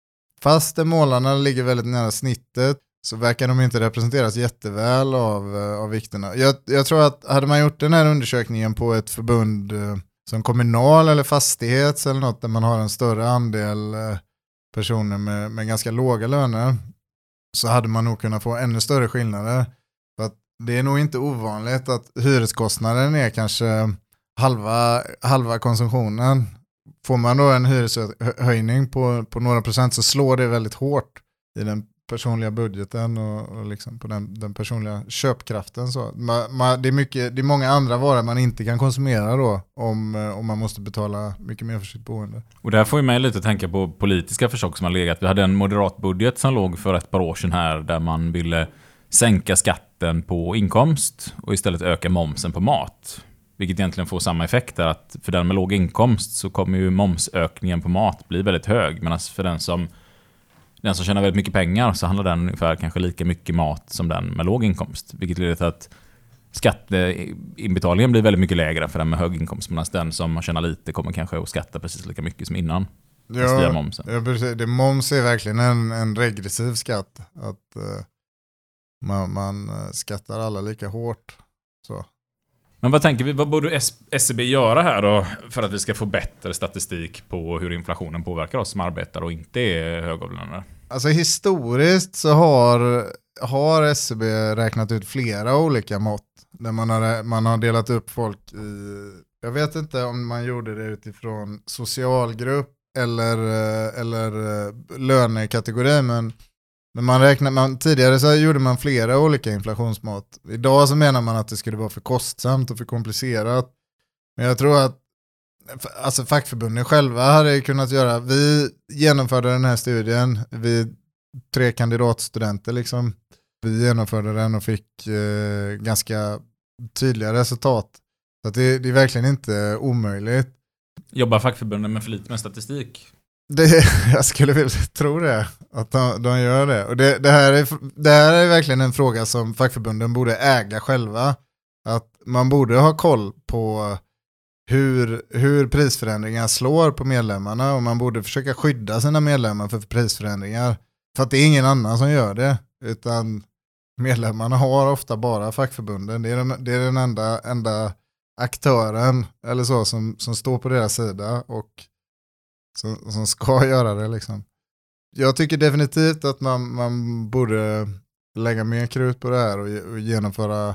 Speaker 2: Fast målarna ligger väldigt nära snittet, så verkar de inte representeras jätteväl av, av vikterna. Jag, jag tror att hade man gjort den här undersökningen på ett förbund som Kommunal eller Fastighets eller något, där man har en större andel personer med, med ganska låga löner, så hade man nog kunnat få ännu större skillnader. För att det är nog inte ovanligt att hyreskostnaden är kanske halva, halva konsumtionen. Får man då en hyreshöjning på, på några procent, så slår det väldigt hårt i den personliga budgeten och, och liksom på den, den personliga köpkraften. Så. Man, man, det, är mycket, det är många andra varor man inte kan konsumera då, om, om man måste betala mycket mer för sitt boende.
Speaker 3: Och det här får ju mig lite att tänka på politiska förslag som har legat. Vi hade en moderat budget som låg för ett par år sedan här, där man ville sänka skatten på inkomst och istället öka momsen på mat. Vilket egentligen får samma effekt där, att för den med låg inkomst så kommer ju momsökningen på mat bli väldigt hög. Medan för den som, den som tjänar väldigt mycket pengar så handlar den ungefär kanske lika mycket mat som den med låg inkomst. Vilket leder till att skatteinbetalningen blir väldigt mycket lägre för den med hög inkomst. Medan den som tjänar lite kommer kanske att skatta precis lika mycket som innan.
Speaker 2: Ja, momsen. Ja, precis. Det, moms är verkligen en, en regressiv skatt. Att uh, man, man skattar alla lika hårt. Så.
Speaker 3: Men vad tänker vi, vad borde S C B göra här då för att vi ska få bättre statistik på hur inflationen påverkar oss som arbetar och inte är högavlönade?
Speaker 2: Alltså historiskt så har, har S C B räknat ut flera olika mått där man har, man har delat upp folk i, jag vet inte om man gjorde det utifrån socialgrupp eller, eller lönekategori, men Men man räknar, man, tidigare så gjorde man flera olika inflationsmått. Idag så menar man att det skulle vara för kostsamt och för komplicerat. Men jag tror att alltså fackförbunden själva hade kunnat göra, vi genomförde den här studien, vi tre kandidatstudenter liksom. Vi genomförde den och fick eh, ganska tydliga resultat. Så att det, det är verkligen inte omöjligt.
Speaker 3: Jobbar fackförbunden med för lite med statistik?
Speaker 2: Det, jag skulle väl tro det, att de, de gör det. Och det, det, här är, det här är verkligen en fråga som fackförbunden borde äga själva. Att man borde ha koll på hur, hur prisförändringar slår på medlemmarna, och man borde försöka skydda sina medlemmar för prisförändringar. För att det är ingen annan som gör det, utan medlemmarna har ofta bara fackförbunden. Det är, de, det är den enda, enda aktören eller så som, som står på deras sida och Som, som ska göra det liksom. Jag tycker definitivt att man, man borde lägga mer krut på det här och, och genomföra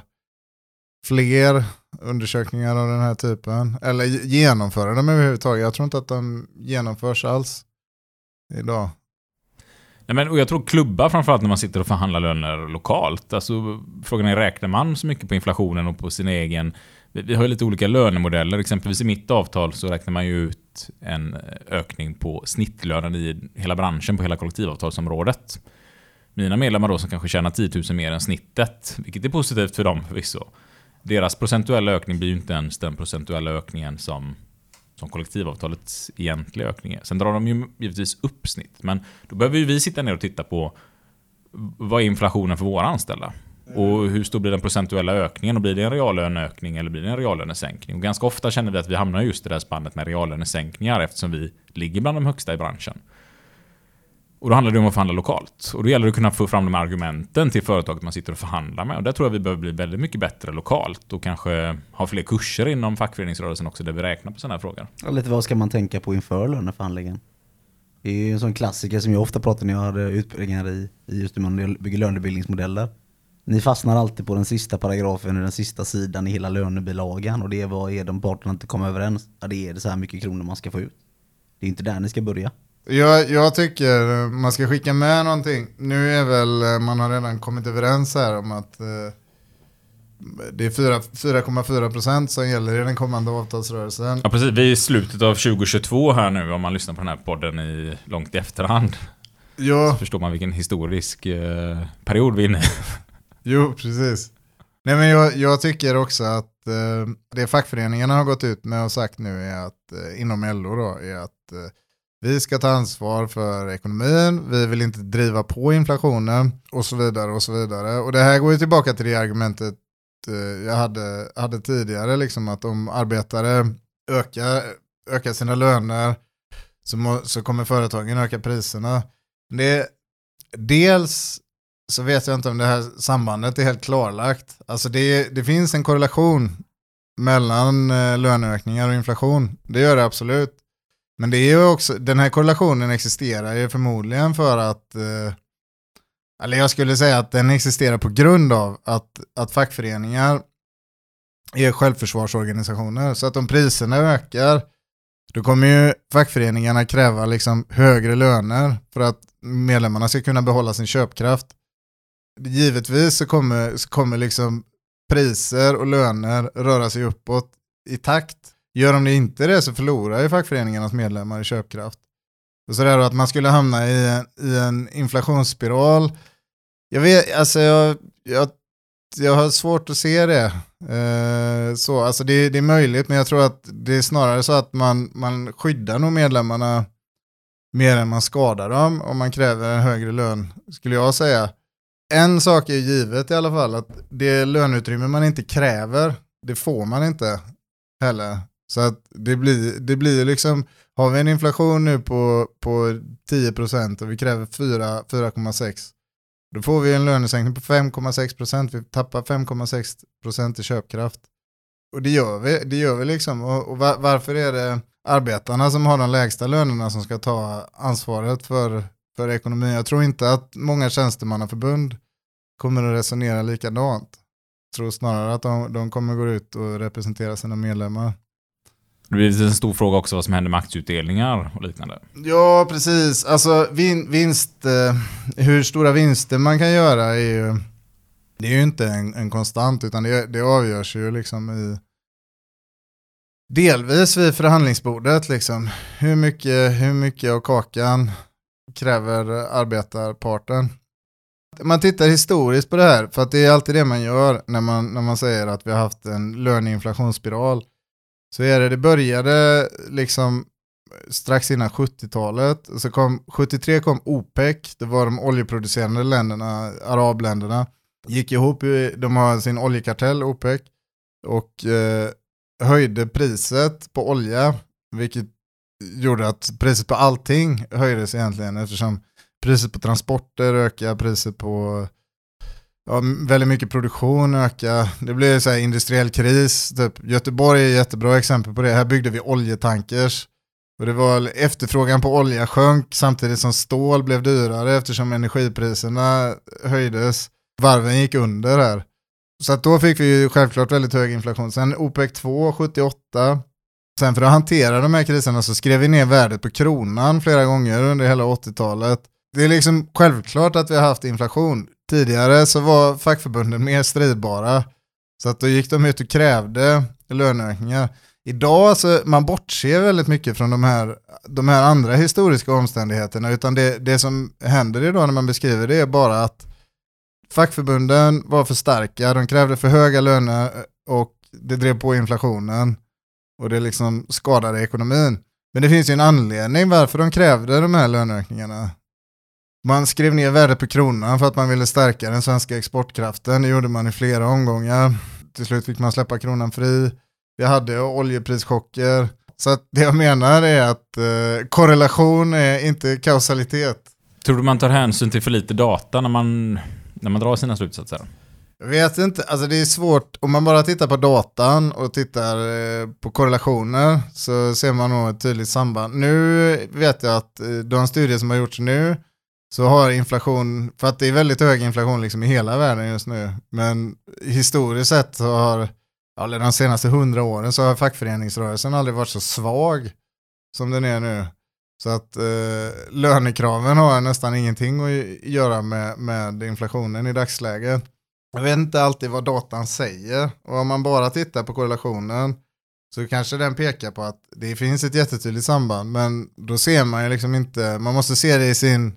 Speaker 2: fler undersökningar av den här typen. Eller genomföra dem överhuvudtaget. Jag tror inte att de genomförs alls idag.
Speaker 3: Nej, men, och jag tror klubbar framförallt när man sitter och förhandlar löner lokalt. Alltså, frågan är, räknar man så mycket på inflationen och på sin egen... Vi har ju lite olika lönemodeller. Exempelvis i mitt avtal så räknar man ju ut en ökning på snittlönen i hela branschen, på hela kollektivavtalsområdet. Mina medlemmar då som kanske tjänar tio tusen mer än snittet, vilket är positivt för dem förvisso. Deras procentuella ökning blir ju inte ens den procentuella ökningen som, som kollektivavtalets egentliga ökning är. Sen drar de ju givetvis upp snitt, men då behöver ju vi sitta ner och titta på vad är inflationen för våra anställda. Och hur stor blir den procentuella ökningen, och blir det en reallöneökning eller blir det en reallönesänkning? Och ganska ofta känner vi att vi hamnar just i det här spannet med reallönesänkningar eftersom vi ligger bland de högsta i branschen. Och då handlar det om att förhandla lokalt. Och då gäller det att kunna få fram de argumenten till företaget man sitter och förhandlar med. Och där tror jag vi behöver bli väldigt mycket bättre lokalt och kanske ha fler kurser inom fackföreningsrörelsen också där vi räknar på sådana här frågor.
Speaker 1: Ja, lite vad ska man tänka på inför löneförhandlingen? Det är ju en sån klassiker som jag ofta pratar när jag hade utbildningar i, i just hur man bygger lönebildningsmodeller. Ni fastnar alltid på den sista paragrafen i den sista sidan i hela lönebilagan, och det är vad är de parterna inte kommer överens. Ja, det är det så här mycket kronor man ska få ut. Det är inte där ni ska börja.
Speaker 2: Jag, jag tycker man ska skicka med någonting. Nu är väl, man har redan kommit överens här om att eh, det är fyra komma fyra procent som gäller i den kommande avtalsrörelsen.
Speaker 3: Ja, precis. Vi är i slutet av tjugohundratjugotvå här nu, om man lyssnar på den här podden i långt i efterhand.
Speaker 2: Ja.
Speaker 3: Så förstår man vilken historisk eh, period vi är inne i.
Speaker 2: Jo, precis. Nej, men jag, jag tycker också att eh, det fackföreningarna har gått ut med och sagt nu är att eh, inom L O då är att eh, vi ska ta ansvar för ekonomin, vi vill inte driva på inflationen och så vidare och så vidare. Och det här går ju tillbaka till det argumentet eh, jag hade, hade tidigare, liksom att om arbetare ökar, ökar sina löner så, må, så kommer företagen öka priserna. Det, dels så vet jag inte om det här sambandet är helt klarlagt. Alltså det, det finns en korrelation mellan eh, löneökningar och inflation. Det gör det absolut. Men det är ju också, den här korrelationen existerar ju förmodligen för att, eh, eller jag skulle säga att den existerar på grund av att, att fackföreningar är självförsvarsorganisationer. Så att om priserna ökar, då kommer ju fackföreningarna kräva liksom högre löner för att medlemmarna ska kunna behålla sin köpkraft. Givetvis så kommer, så kommer liksom priser och löner röra sig uppåt i takt. Gör de det inte det så förlorar ju fackföreningarnas medlemmar i köpkraft. Och så där att man skulle hamna i en, i en inflationsspiral. Jag vet, alltså jag, jag, jag har svårt att se det. Eh, så, alltså det, det är möjligt, men jag tror att det är snarare så att man, man skyddar nog medlemmarna mer än man skadar dem om man kräver en högre lön, skulle jag säga. En sak är givet i alla fall, att det löneutrymme man inte kräver, det får man inte heller. Så att det blir, det blir liksom, har vi en inflation nu på, på tio procent och vi kräver fyra komma sex, då får vi en lönesänkning på fem komma sex procent, vi tappar fem komma sex procent i köpkraft. Och det gör vi, det gör vi liksom. Och, och var, varför är det arbetarna som har de lägsta lönerna som ska ta ansvaret för, för ekonomin? Jag tror inte att många tjänstemannaförbund kommer att resonera likadant. Jag tror snarare att de, de kommer gå ut och representera sina medlemmar.
Speaker 3: Det blir en stor fråga också vad som händer med aktieutdelningar och liknande.
Speaker 2: Ja, precis. Alltså vin, vinst, eh, hur stora vinster man kan göra är ju, det är ju inte en, en konstant, utan det, det avgörs ju liksom i delvis vid förhandlingsbordet liksom. Hur mycket, hur mycket av kakan kräver arbetarparten? Man tittar historiskt på det här, för att det är alltid det man gör när man, när man säger att vi har haft en löneinflationsspiral. Så är det, det började liksom strax innan sjuttiotalet, och så kom sjuttiotre kom OPEC, det var de oljeproducerande länderna, arabländerna, gick ihop, de har sin oljekartell OPEC, och eh, höjde priset på olja, vilket gjorde att priset på allting höjdes egentligen, eftersom priset på transporter ökade, priset på ja, väldigt mycket produktion ökade. Det blev så här industriell kris. Typ. Göteborg är ett jättebra exempel på det. Här byggde vi oljetankers. Och det var efterfrågan på olja sjönk samtidigt som stål blev dyrare eftersom energipriserna höjdes. Varven gick under här. Så att då fick vi ju självklart väldigt hög inflation. Sen OPEC två sjuttioåtta. Sen för att hantera de här kriserna så skrev vi ner värdet på kronan flera gånger under hela åttiotalet. Det är liksom självklart att vi har haft inflation. Tidigare så var fackförbunden mer stridbara. Så att då gick de ut och krävde löneökningar. Idag så man bortser väldigt mycket från de här, de här andra historiska omständigheterna. Utan det, det som händer idag när man beskriver det är bara att fackförbunden var för starka. De krävde för höga löner och det drev på inflationen. Och det liksom skadade ekonomin. Men det finns ju en anledning varför de krävde de här löneökningarna. Man skrev ner värdet på kronan för att man ville stärka den svenska exportkraften. Det gjorde man i flera omgångar. Till slut fick man släppa kronan fri. Vi hade oljeprischocker. Så att det jag menar är att eh, korrelation är inte kausalitet.
Speaker 3: Tror du man tar hänsyn till för lite data när man, när man drar sina slutsatser?
Speaker 2: Jag vet inte, alltså det är svårt. Om man bara tittar på datan och tittar eh, på korrelationer så ser man nog ett tydligt samband. Nu vet jag att eh, de studier som har gjorts nu så har inflation, för att det är väldigt hög inflation liksom i hela världen just nu, men historiskt sett så har, ja, de senaste hundra åren så har fackföreningsrörelsen aldrig varit så svag som den är nu. Så att eh, lönekraven har nästan ingenting att göra med, med inflationen i dagsläget. Jag vet inte alltid vad datan säger, och om man bara tittar på korrelationen så kanske den pekar på att det finns ett jättetydligt samband, men då ser man ju liksom inte, man måste se det i sin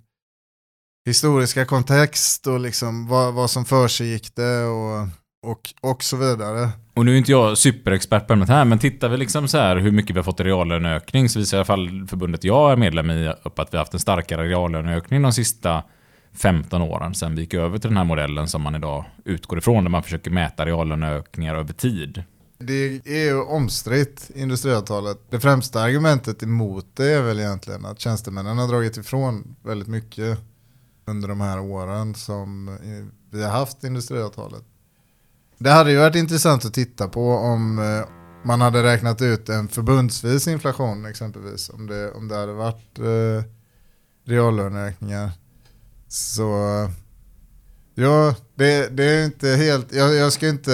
Speaker 2: historiska kontext och liksom vad, vad som för sig gick det och, och, och så vidare.
Speaker 3: Och nu är inte jag superexpert på det här, men tittar vi liksom så här hur mycket vi har fått i reallöneökning, så visar i alla fall förbundet jag är medlem i upp att vi har haft en starkare reallöneökning de sista femton åren sedan vi gick över till den här modellen som man idag utgår ifrån, där man försöker mäta reallöneökningar över tid.
Speaker 2: Det är ju omstritt, industriavtalet. Det främsta argumentet emot det är väl egentligen att tjänstemännen har dragit ifrån väldigt mycket under de här åren som vi har haft industriavtalet. Det hade ju varit intressant att titta på om man hade räknat ut en förbundsvis inflation exempelvis. Om det, om det hade varit eh, reallöneökningar. Så ja, det, det är inte helt, jag, jag ska inte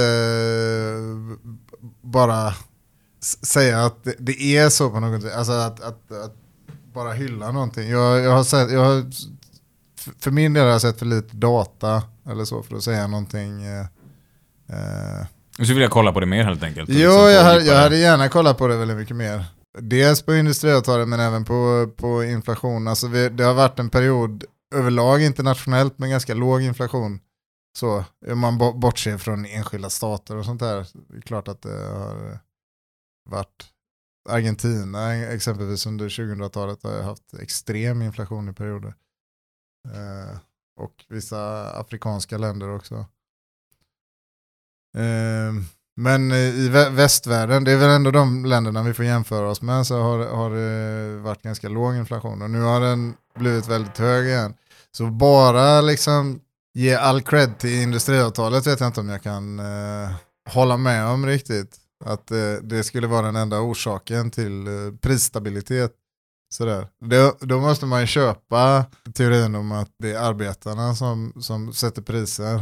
Speaker 2: bara säga att det, det är så på något sätt. Alltså att, att, att bara hylla någonting. Jag, jag har sett, jag har, för min del har jag sett för lite data eller så för att säga någonting. Eh, eh.
Speaker 3: Så vill jag kolla på det mer helt enkelt.
Speaker 2: Jo, jag, hade, jag hade gärna kollat på det väldigt mycket mer. Dels på industriavtalet men även på, på inflation. Alltså vi, det har varit en period överlag internationellt med ganska låg inflation Så om man bo- bortser från enskilda stater och sånt där. Det är klart att det har varit Argentina exempelvis under tjugohundratalet har haft extrem inflation i perioder. Eh, och vissa afrikanska länder också. Eh, men i vä- västvärlden, det är väl ändå de länderna vi får jämföra oss med, så har, har det varit ganska låg inflation. Och nu har den blivit väldigt hög igen. Så bara liksom ge all cred till industriavtalet vet jag inte om jag kan eh, hålla med om riktigt. Att eh, det skulle vara den enda orsaken till eh, prisstabilitet. Sådär. Det, då måste man ju köpa teorin om att det är arbetarna som, som sätter priser.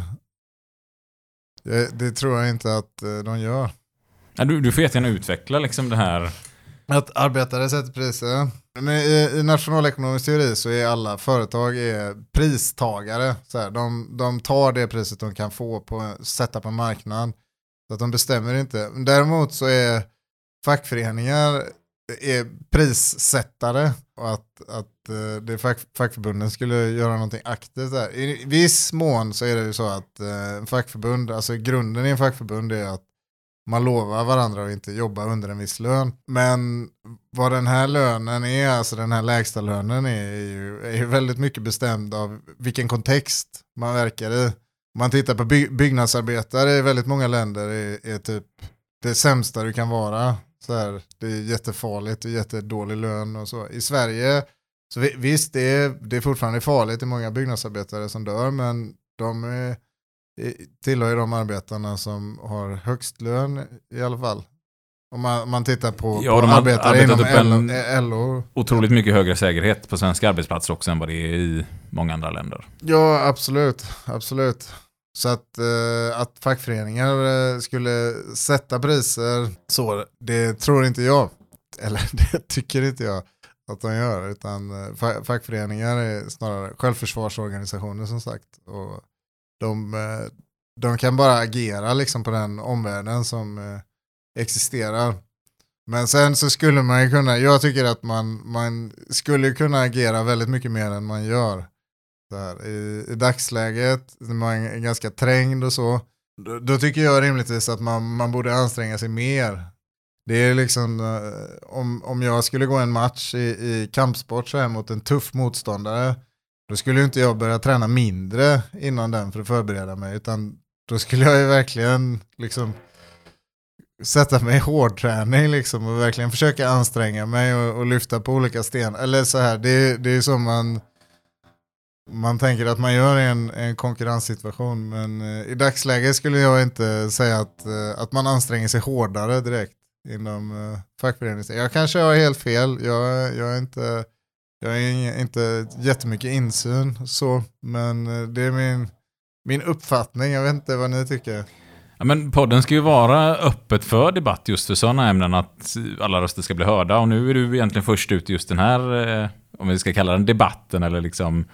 Speaker 2: Det, det tror jag inte att eh, de gör.
Speaker 3: Ja, du, du får jättegärna utveckla liksom det här.
Speaker 2: Att arbetare sätter priser. Men i, i nationalekonomisk teori så är alla företag är pristagare. Så här, de, de tar det priset de kan få på sätta på marknaden. Så att de bestämmer inte. Däremot så är fackföreningar är prissättare. Och att, att uh, det fack, fackförbunden skulle göra någonting aktivt där. I viss mån så är det ju så att uh, fackförbund, alltså grunden i en fackförbund är att man lovar varandra att inte jobba under en viss lön. Men vad den här lönen är, alltså den här lägsta lönen är, är, ju, är ju väldigt mycket bestämd av vilken kontext man verkar i. Om man tittar på by- byggnadsarbetare i väldigt många länder är, är typ det sämsta du kan vara. Så här, det är jättefarligt, det är jättedålig lön och så. I Sverige, så visst det är, det är fortfarande farligt, det är många byggnadsarbetare som dör, men de är tillhör ju de arbetarna som har högst lön i alla fall. Om man, om man tittar på,
Speaker 3: ja,
Speaker 2: på
Speaker 3: de har
Speaker 2: arbetare inom
Speaker 3: upp en
Speaker 2: L O.
Speaker 3: Otroligt mycket högre säkerhet på svenska arbetsplatser också än vad det är i många andra länder.
Speaker 2: Ja, absolut. Absolut. Så att, eh, att fackföreningar eh, skulle sätta priser så, det tror inte jag. Eller det tycker inte jag att de gör. Utan eh, fa- fackföreningar är snarare självförsvarsorganisationer som sagt. Och De, de kan bara agera liksom på den omvärlden som eh, existerar. Men sen så skulle man ju kunna, jag tycker att man, man skulle kunna agera väldigt mycket mer än man gör. Så här, i, I dagsläget, när man är ganska trängd och så, då, då tycker jag rimligtvis att man, man borde anstränga sig mer. Det är liksom, eh, om, om jag skulle gå en match i, i kampsport så här mot en tuff motståndare, då skulle ju inte jag börja träna mindre innan den för att förbereda mig, utan då skulle jag ju verkligen liksom sätta mig i hårdträning liksom och verkligen försöka anstränga mig och, och lyfta på olika stenar. Eller så här, det, det är som man man tänker att man gör i en, en konkurrenssituation, men eh, i dagsläget skulle jag inte säga att, eh, att man anstränger sig hårdare direkt inom eh, fackföreningen. Jag kanske har helt fel, jag, jag är inte Jag har inte jättemycket insyn så, men det är min, min uppfattning. Jag vet inte vad ni tycker.
Speaker 3: Ja, men podden ska ju vara öppet för debatt just för sådana ämnen, att alla röster ska bli hörda. Och nu är du egentligen först ut i just den här, eh, om vi ska kalla den debatten eller liksom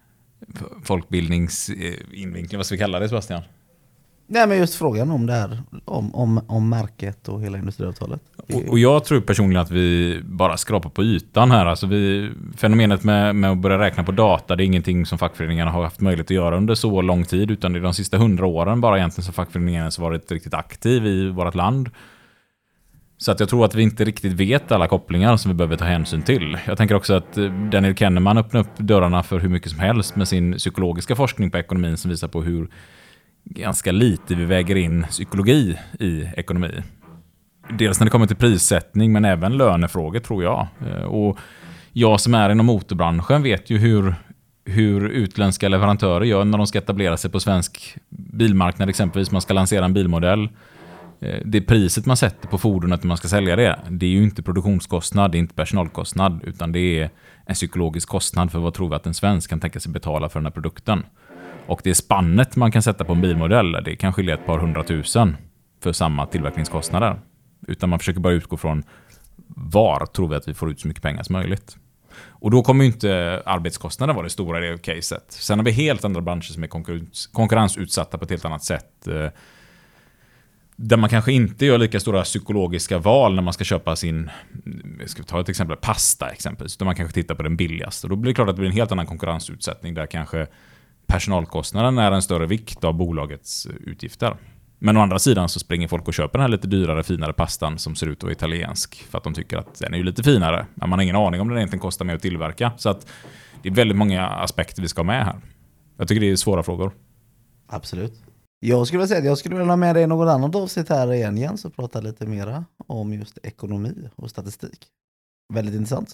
Speaker 3: folkbildningsinvinkling, vad ska vi kalla det, Sebastian?
Speaker 1: Nej, men just frågan om det här, om, om, om märket och hela industriavtalet.
Speaker 3: Och, och jag tror personligen att vi bara skrapar på ytan här. Alltså vi, fenomenet med, med att börja räkna på data, det är ingenting som fackföreningarna har haft möjlighet att göra under så lång tid, utan det är de sista hundra åren bara egentligen som fackföreningarna har varit riktigt aktiv i vårt land. Så att jag tror att vi inte riktigt vet alla kopplingar som vi behöver ta hänsyn till. Jag tänker också att Daniel Kahneman öppnar upp dörrarna för hur mycket som helst med sin psykologiska forskning på ekonomin som visar på hur ganska lite vi väger in psykologi i ekonomi. Dels när det kommer till prissättning, men även lönefrågor tror jag. Och jag som är inom motorbranschen vet ju hur, hur utländska leverantörer gör när de ska etablera sig på svensk bilmarknad exempelvis. Man ska lansera en bilmodell. Det priset man sätter på fordonet när man ska sälja det, det är ju inte produktionskostnad, det är inte personalkostnad, utan det är en psykologisk kostnad för vad tror vi att en svensk kan tänka sig betala för den här produkten. Och det spannet man kan sätta på en bilmodell, det kan skilja ett par hundratusen för samma tillverkningskostnader. Utan man försöker bara utgå från var tror vi att vi får ut så mycket pengar som möjligt. Och då kommer ju inte arbetskostnaden vara det stora i det caset. Sen har vi helt andra branscher som är konkurrens, konkurrensutsatta på ett helt annat sätt. Där man kanske inte gör lika stora psykologiska val när man ska köpa sin, ska vi ta ett exempel, pasta exempelvis. Där man kanske tittar på den billigaste. Och då blir det klart att det blir en helt annan konkurrensutsättning där kanske personalkostnaden är en större vikt av bolagets utgifter. Men å andra sidan så springer folk och köper den här lite dyrare, finare pastan som ser ut att vara italiensk för att de tycker att den är ju lite finare. Men man har ingen aning om den egentligen kostar mer att tillverka. Så att det är väldigt många aspekter vi ska ha med här. Jag tycker det är svåra frågor.
Speaker 1: Absolut. Jag skulle vilja säga att jag skulle vilja ha med dig något annat avsnitt här igen, Jens, och prata lite mera om just ekonomi och statistik. Väldigt intressant.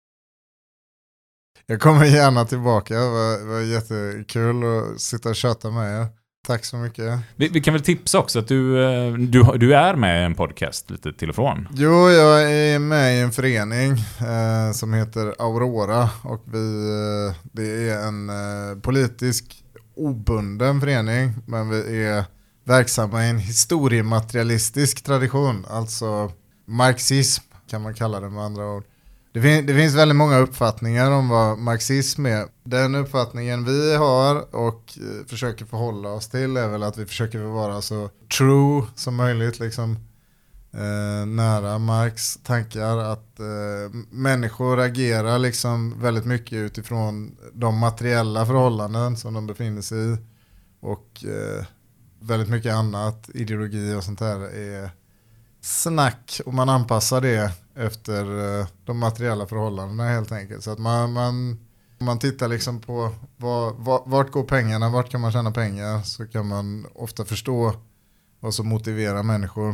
Speaker 2: Jag kommer gärna tillbaka. Det var, var jättekul att sitta och köta med er. Tack så mycket.
Speaker 3: Vi, vi kan väl tipsa också att du, du, du är med i en podcast lite till och från.
Speaker 2: Jo, jag är med i en förening eh, som heter Aurora. Och vi, eh, det är en eh, politisk obunden förening. Men vi är verksamma i en historiematerialistisk tradition. Alltså marxism kan man kalla det med andra ord. Det, fin- det finns väldigt många uppfattningar om vad marxism är. Den uppfattningen vi har och eh, försöker förhålla oss till är väl att vi försöker vara så true som möjligt, liksom eh, nära Marx tankar, att eh, människor agerar liksom väldigt mycket utifrån de materiella förhållanden som de befinner sig i, och eh, väldigt mycket annat, ideologi och sånt där är snack, och man anpassar det efter uh, de materiella förhållandena helt enkelt. Så att man, man, man tittar liksom på vad, vad, vart går pengarna, vart kan man tjäna pengar, så kan man ofta förstå vad som motiverar människor.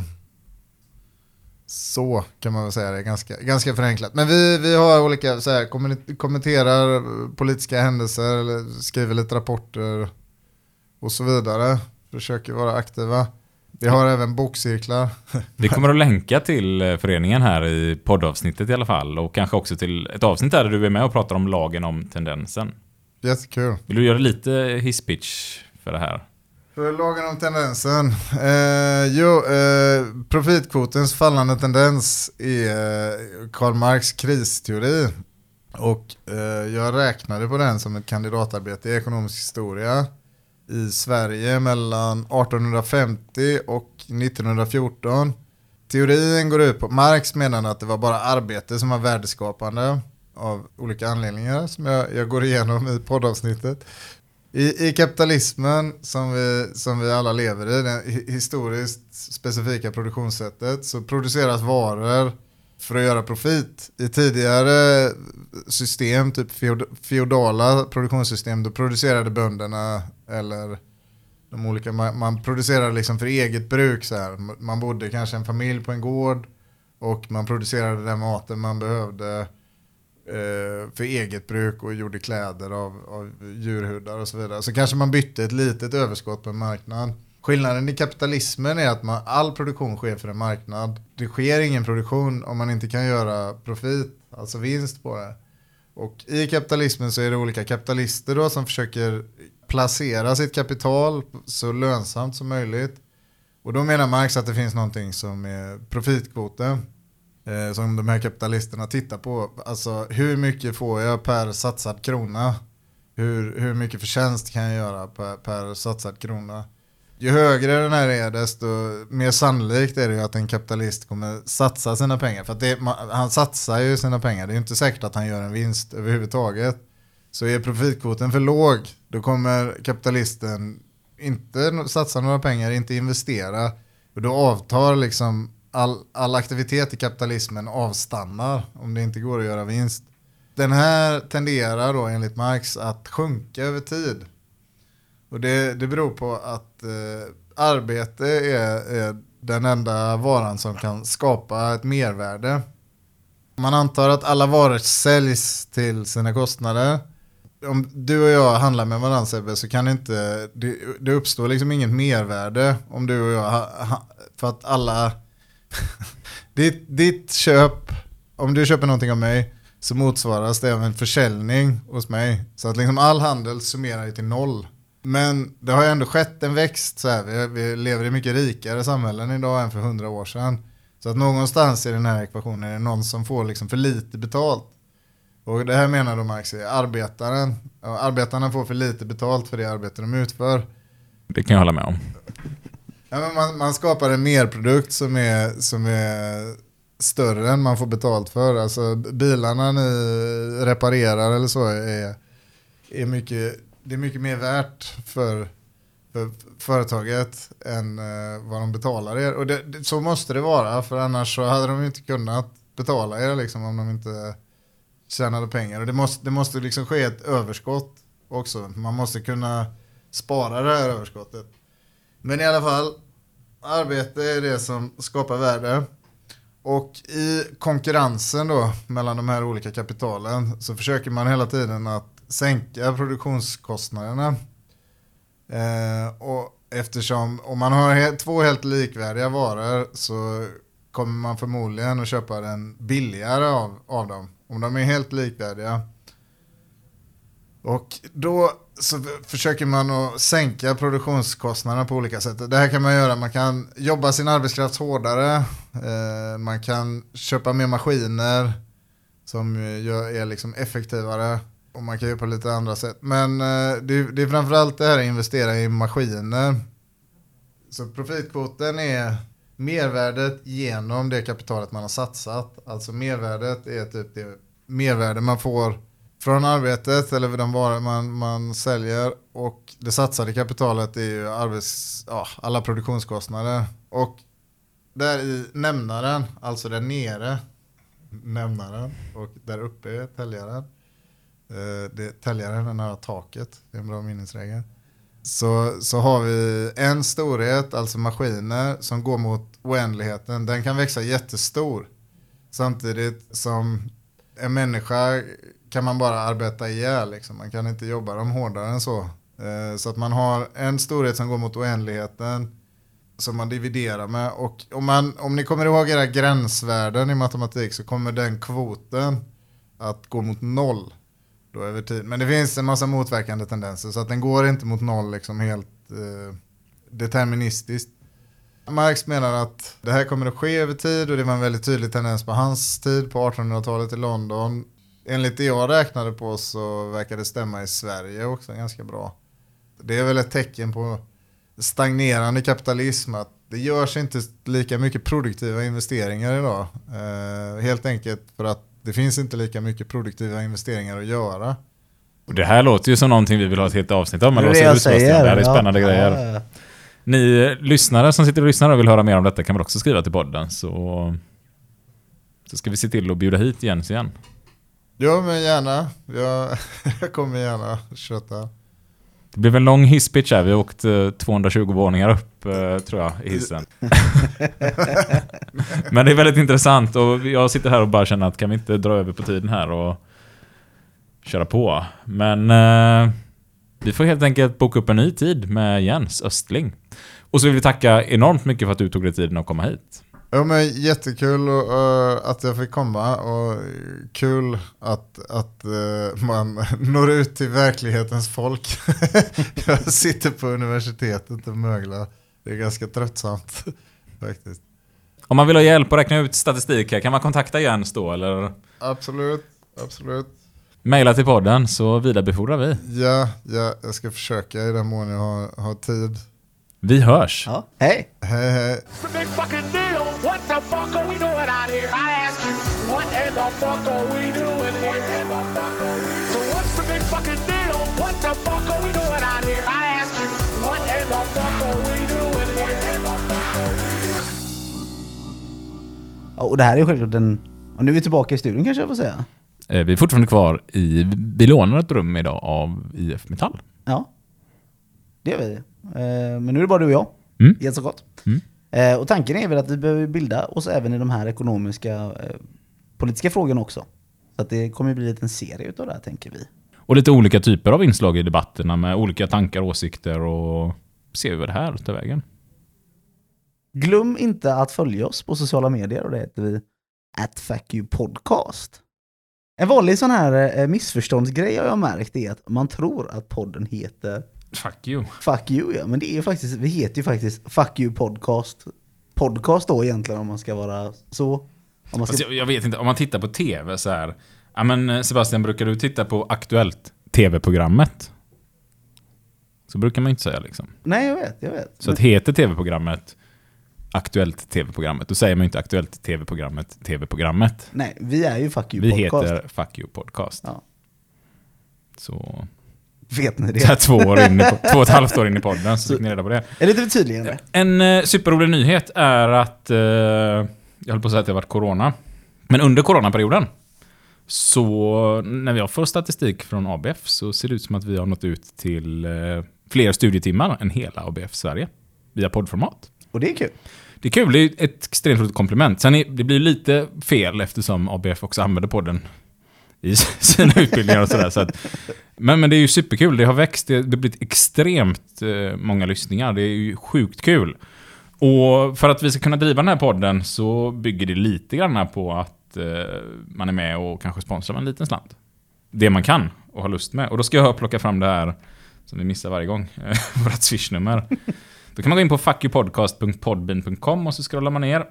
Speaker 2: Så kan man väl säga, det är ganska, ganska förenklat. Men vi, vi har olika, så här, kommenterar politiska händelser eller skriver lite rapporter och så vidare. Försöker vara aktiva. Vi har även bokcirklar.
Speaker 3: Vi kommer att länka till föreningen här i poddavsnittet i alla fall. Och kanske också till ett avsnitt där du är med och pratar om lagen om tendensen.
Speaker 2: Jättekul.
Speaker 3: Vill du göra lite hisspitch för det här?
Speaker 2: För lagen om tendensen. Eh, jo, eh, profitkvotens fallande tendens är eh, Karl Marx kristeori. Och eh, jag räknade på den som ett kandidatarbete i ekonomisk historia i Sverige mellan arton femtio och nittonhundrafjorton. Teorin går ut på, Marx menar att det var bara arbete som var värdeskapande av olika anledningar som jag, jag går igenom i poddavsnittet. I, i kapitalismen som vi, som vi alla lever i, det historiskt specifika produktionssättet, så produceras varor för att göra profit. I tidigare system, typ feodala produktionssystem, då producerade bönderna eller de olika, man, man producerade liksom för eget bruk så här. Man bodde kanske en familj på en gård och man producerade den maten man behövde eh, för eget bruk och gjorde kläder av, av djurhudar och så vidare. Så kanske man bytte ett litet överskott på en marknad. Skillnaden i kapitalismen är att man, all produktion sker för en marknad. Det sker ingen produktion om man inte kan göra profit, alltså vinst på det. Och i kapitalismen så är det olika kapitalister då som försöker placera sitt kapital så lönsamt som möjligt. Och då menar Marx att det finns någonting som är profitkvoten eh, som de här kapitalisterna tittar på. Alltså hur mycket får jag per satsad krona? Hur, hur mycket förtjänst kan jag göra per, per satsad krona? Ju högre den här är, desto mer sannolikt är det ju att en kapitalist kommer satsa sina pengar. För att det, man, han satsar ju sina pengar. Det är inte säkert att han gör en vinst överhuvudtaget. Så är profitkvoten för låg, då kommer kapitalisten inte satsa några pengar, inte investera. Och då avtar liksom all, all aktivitet i kapitalismen avstannar om det inte går att göra vinst. Den här tenderar då enligt Marx att sjunka över tid. Och det, det beror på att eh, arbete är, är den enda varan som kan skapa ett mervärde. Man antar att alla varor säljs till sina kostnader. Om du och jag handlar med varandra, Sebbe, så kan det inte, det, det uppstår liksom inget mervärde om du och jag, ha, ha, för att alla, ditt, ditt köp, om du köper någonting av mig så motsvaras det av en försäljning hos mig. Så att liksom all handel summerar till noll. Men det har ju ändå skett en växt så här. Vi, vi lever i mycket rikare samhällen idag än för hundra år sedan. Så att någonstans i den här ekvationen är det någon som får liksom för lite betalt. Och det här menar då Marx är arbetaren. Ja, arbetarna får för lite betalt för det arbete de utför.
Speaker 3: Det kan jag hålla med om.
Speaker 2: Ja, men man, man skapar en merprodukt som är, som är större än man får betalt för. Alltså bilarna ni reparerar eller så är, är mycket det är mycket mer värt för, för företaget än uh, vad de betalar er. Och det, det, så måste det vara, för annars så hade de inte kunnat betala er liksom, om de inte tjänade pengar. Och det måste, det måste liksom ske ett överskott också. Man måste kunna spara det här överskottet. Men i alla fall, arbete är det som skapar värde. Och i konkurrensen då mellan de här olika kapitalen så försöker man hela tiden att sänka produktionskostnaderna. Eh, och eftersom om man har he- två helt likvärdiga varor så kommer man förmodligen att köpa den billigare av, av dem. Om de är helt likvärdiga. Och då så försöker man att sänka produktionskostnaderna på olika sätt. Det här kan man göra. Man kan jobba sin arbetskraft hårdare. Eh, man kan köpa mer maskiner som gör, är liksom effektivare. Och man kan göra på lite andra sätt. Men eh, det, det är framförallt det här att investera i maskiner. Så profitkvoten är mervärdet genom det kapitalet man har satsat. Alltså mervärdet är typ det mervärde man får från arbetet eller de varor man, man säljer, och det satsade kapitalet är ju arbets, ja, alla produktionskostnader. Och där i nämnaren, alltså där nere nämnaren och där uppe är täljaren. Eh, det, täljaren är nära taket, det är en bra minnesregel. Så, så har vi en storhet, alltså maskiner som går mot oändligheten. Den kan växa jättestor samtidigt som en människa kan man bara arbeta ihjäl. Liksom. Man kan inte jobba dem hårdare än så. Eh, så att man har en storhet som går mot oändligheten som man dividerar med. Och om, man, om ni kommer ihåg era gränsvärden i matematik så kommer den kvoten att gå mot noll då över tid. Men det finns en massa motverkande tendenser så att den går inte mot noll liksom helt eh, deterministiskt. Marx menar att det här kommer att ske över tid, och det var en väldigt tydlig tendens på hans tid på artonhundratalet i London. Enligt det jag räknade på så verkar det stämma i Sverige också ganska bra. Det är väl ett tecken på stagnerande kapitalism att det görs inte lika mycket produktiva investeringar idag. Eh, helt enkelt för att det finns inte lika mycket produktiva investeringar att göra.
Speaker 3: Och det här låter ju som någonting vi vill ha ett helt avsnitt om.
Speaker 1: Det är det jag säger.
Speaker 3: Det här är spännande
Speaker 1: ja,
Speaker 3: grejer.
Speaker 1: Ja, ja.
Speaker 3: Ni lyssnare som sitter och lyssnar och vill höra mer om detta kan väl också skriva till podden. Så, så ska vi se till att bjuda hit Jens igen.
Speaker 2: Ja, men gärna. Jag, jag kommer gärna köta.
Speaker 3: Det blev en lång hisspitch här. Vi har åkt uh, tvåhundratjugo våningar upp, uh, tror jag, i hissen. Men det är väldigt intressant. Och jag sitter här och bara känner att kan vi inte dra över på tiden här och köra på. Men uh, vi får helt enkelt boka upp en ny tid med Jens Östling. Och så vill vi tacka enormt mycket för att du tog dig tiden att komma hit.
Speaker 2: Ja, men jättekul och, uh, att jag fick komma, och kul att, att uh, man når ut till verklighetens folk. Jag sitter på universitetet och möglar. Det är ganska tröttsamt faktiskt.
Speaker 3: Om man vill ha hjälp att räkna ut statistik här, kan man kontakta Jens då? Eller?
Speaker 2: Absolut, absolut.
Speaker 3: Maila till podden så vidarebefordrar vi.
Speaker 2: Ja, ja, jag ska försöka i den mån jag har, har tid.
Speaker 3: Vi hörs.
Speaker 1: Ja, hej!
Speaker 2: Hej, hej.
Speaker 4: It's a big fucking deal. What the fuck are we doing out here? I ask you, what in the fuck are we doing here? So what's the big fucking deal? What the fuck are we doing out here? I ask you, what in the fuck are we doing here?
Speaker 1: Ja, och det här är självklart den... Och nu är vi tillbaka i studion kanske jag får säga.
Speaker 3: Vi är fortfarande kvar i... Vi lånar ett rum idag av I F Metall.
Speaker 1: Ja, det gör vi. Men nu är det bara du och jag.
Speaker 3: Mm.
Speaker 1: Helt så gott.
Speaker 3: Mm.
Speaker 1: Och tanken är väl att vi behöver bilda oss även i de här ekonomiska politiska frågorna också. Så att det kommer bli en serie utav det här, tänker vi.
Speaker 3: Och lite olika typer av inslag i debatterna med olika tankar och åsikter, och ser vi vad det här tar vägen.
Speaker 1: Glöm inte att följa oss på sociala medier, och det heter vi at fuck you podcast. En vanlig sån här missförståndsgrej har jag märkt är att man tror att podden heter
Speaker 3: Fuck you.
Speaker 1: Fuck you, ja. Men det är ju faktiskt, vi heter ju faktiskt Fuck you podcast. Podcast då egentligen, om man ska vara så. Om man ska...
Speaker 3: Alltså, jag, jag vet inte, om man tittar på tv så här. Ja, men Sebastian, brukar du titta på Aktuellt tv-programmet? Så brukar man inte säga liksom.
Speaker 1: Nej, jag vet, jag vet.
Speaker 3: Så att heter tv-programmet Aktuellt tv-programmet, då säger man inte Aktuellt tv-programmet tv-programmet.
Speaker 1: Nej, vi är ju Fuck you
Speaker 3: vi
Speaker 1: podcast.
Speaker 3: Vi heter Fuck you podcast.
Speaker 1: Ja.
Speaker 3: Så
Speaker 1: Vet ni det?
Speaker 3: Så här två, år in i, två och ett halvt år in i podden, så fick ni reda på det.
Speaker 1: Är det lite tydligare?
Speaker 3: En eh, superrolig nyhet är att, eh, jag höll på att säga att det har varit corona, men under coronaperioden, så när vi har fått statistik från A B F så ser det ut som att vi har nått ut till eh, fler studietimmar än hela A B F Sverige via poddformat.
Speaker 1: Och det är kul. Det
Speaker 3: är kul, det är ett extremt roligt komplement. Sen är, det blir lite fel eftersom A B F också använder podden i sina utbildningar och sådär. Så att, men, men det är ju superkul, det har växt, det har blivit extremt eh, många lyssningar. Det är ju sjukt kul. Och för att vi ska kunna driva den här podden så bygger det lite grann på att eh, man är med och kanske sponsrar en liten slant. Det man kan och har lust med. Och då ska jag plocka fram det här som vi missar varje gång, vårt swishnummer. Då kan man gå in på fuck you podcast punkt podbean punkt com och så scrollar man ner.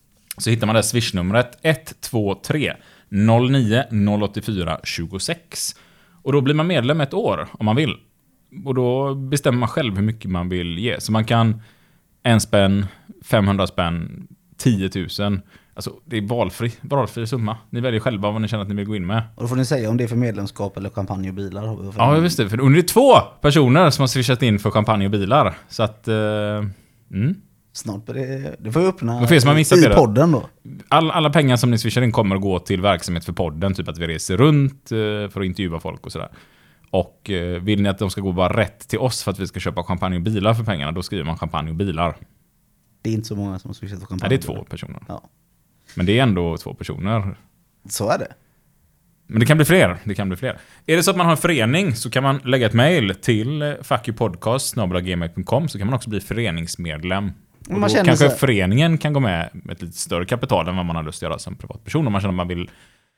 Speaker 3: Så hittar man det swishnumret ett två tre noll nio noll åtta fyra två sex. Och då blir man medlem ett år om man vill. Och då bestämmer man själv hur mycket man vill ge. Så man kan en spänn, femhundra spänn, tio tusen. Alltså det är valfri, valfri summa. Ni väljer själva vad ni känner att ni vill gå in med.
Speaker 1: Och då får ni säga om det är för medlemskap eller champagne och bilar.
Speaker 3: Ja, visst det. För det är två personer som har swishat in för champagne och bilar. Så att... Uh, mm.
Speaker 1: Snart på det, det får vi öppna
Speaker 3: det som har missat
Speaker 1: i
Speaker 3: det
Speaker 1: podden då.
Speaker 3: All, alla pengar som ni swishar in kommer att gå till verksamhet för podden. Typ att vi reser runt uh, för att intervjua folk och sådär. Och uh, vill ni att de ska gå bara rätt till oss för att vi ska köpa champagne och bilar för pengarna, då skriver man champagne och bilar.
Speaker 1: Det är inte så många som har swishat för champagne.
Speaker 3: Nej, det är två personer.
Speaker 1: Ja.
Speaker 3: Men det är ändå två personer.
Speaker 1: Så är det.
Speaker 3: Men det kan bli fler, det kan bli fler. Är det så att man har en förening så kan man lägga ett mejl till fuck you podcast snabel-a gmail punkt com, så kan man också bli föreningsmedlem. Och
Speaker 1: man
Speaker 3: då
Speaker 1: känner
Speaker 3: kanske
Speaker 1: så...
Speaker 3: föreningen kan gå med med ett lite större kapital än vad man har lust att göra som privatperson, om man känner att man vill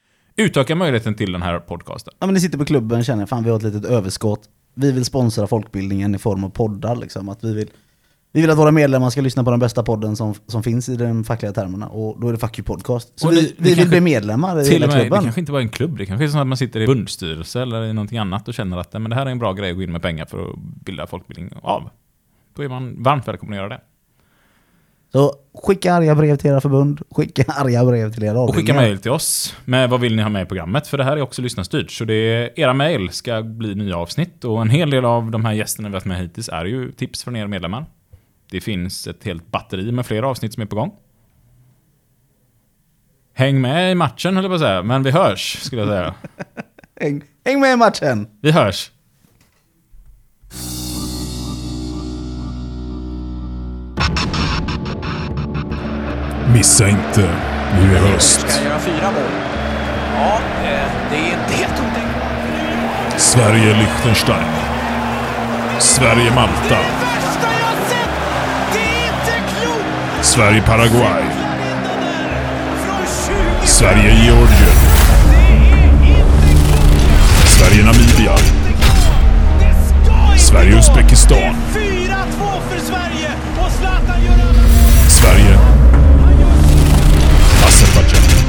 Speaker 3: utöka möjligheten till den här podcasten.
Speaker 1: Ja, men ni sitter på klubben och känner fan vi har ett litet överskott. Vi vill sponsra folkbildningen i form av poddar liksom. Att vi vill Vi vill att våra medlemmar ska lyssna på den bästa podden som, som finns i de fackliga termerna. Och då är det Fuck You Podcast. Så
Speaker 3: och
Speaker 1: vi,
Speaker 3: det,
Speaker 1: vi
Speaker 3: det
Speaker 1: vill bli medlemmar i
Speaker 3: till
Speaker 1: hela
Speaker 3: och med,
Speaker 1: klubben.
Speaker 3: Det kanske inte bara är en klubb. Det kanske är så att man sitter i bundstyrelse eller i någonting annat och känner att men det här är en bra grej att gå in med pengar för att bilda folkbildning av. Då är man varmt välkommen att göra det.
Speaker 1: Så skicka arga brev till era förbund. Skicka arga brev till era avdelningar.
Speaker 3: Och skicka mejl till oss med vad vill ni ha med i programmet. För det här är också lyssnarstyrt. Så det är, era mejl ska bli nya avsnitt. Och en hel del av de här gästerna vi har haft med hittills är ju tips från er medlemmar. Det finns ett helt batteri med flera avsnitt som är på gång. Häng med i matchen, höll jag på att säga. Men vi hörs, skulle jag säga.
Speaker 1: häng, häng med i matchen!
Speaker 3: Vi hörs!
Speaker 5: Missa inte, nu är höst.
Speaker 4: Ska jag göra fyra mål? Ja, det är inte helt otänkbart.
Speaker 5: Sverige-Liechtenstein. Sverige-Malta. Sverige-Paraguay. Sverige-Georgien. Sverige-Namibia. Sverige-Uzbekistan. Sverige. Azerbaijan.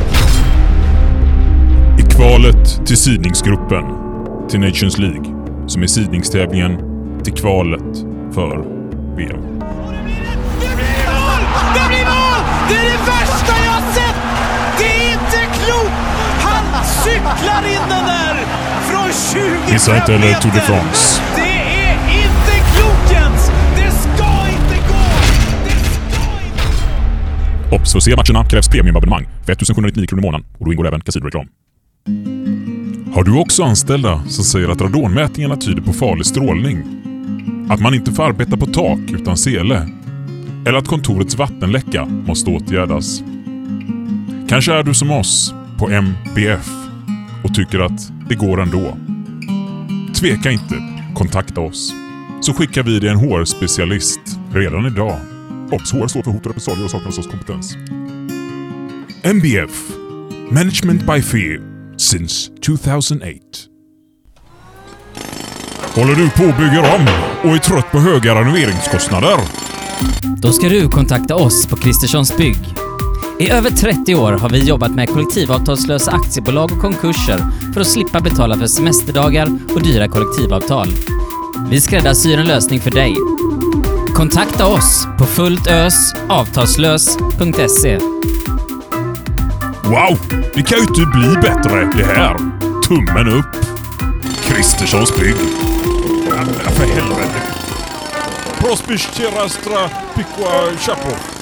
Speaker 5: I kvalet till sidningsgruppen till Nations League, som är sidningstävlingen till kvalet för V M.
Speaker 6: Det blir mål! Det är det värsta jag har sett! Det är inte klokt! Han cyklar in den där från tjugofem meter!
Speaker 5: Missa inte eller Tour de France.
Speaker 6: Det är inte klokt, Jens! Det ska inte gå! Det ska inte...
Speaker 5: Obs, för att se matcherna krävs premiumabonnemang för ettusen sjuhundranittionio kronor i månaden, och då ingår även kasinoreklam. Har du också anställda som säger att radonmätningarna tyder på farlig strålning? Att man inte får arbeta på tak utan sele? Eller att kontorets vattenläcka måste åtgärdas? Kanske är du som oss på M B F och tycker att det går ändå. Tveka inte, kontakta oss. Så skickar vi dig en H R-specialist redan idag. Obs, H R står för hot och repressalier och saknas hos kompetens. M B F, Management by Fear, since two thousand eight. Håller du på att bygga om och är trött på höga renoveringskostnader?
Speaker 7: Då ska du kontakta oss på Kristerssons Bygg. I över trettio år har vi jobbat med kollektivavtalslösa aktiebolag och konkurser för att slippa betala för semesterdagar och dyra kollektivavtal. Vi skräddarsyr en lösning för dig. Kontakta oss på fulltös avtalslös punkt se.
Speaker 5: Wow, det kan ju inte bli bättre det här. Tummen upp. Kristerssons bygg. Ja, för helvete. Prospish terastra piqua chapo.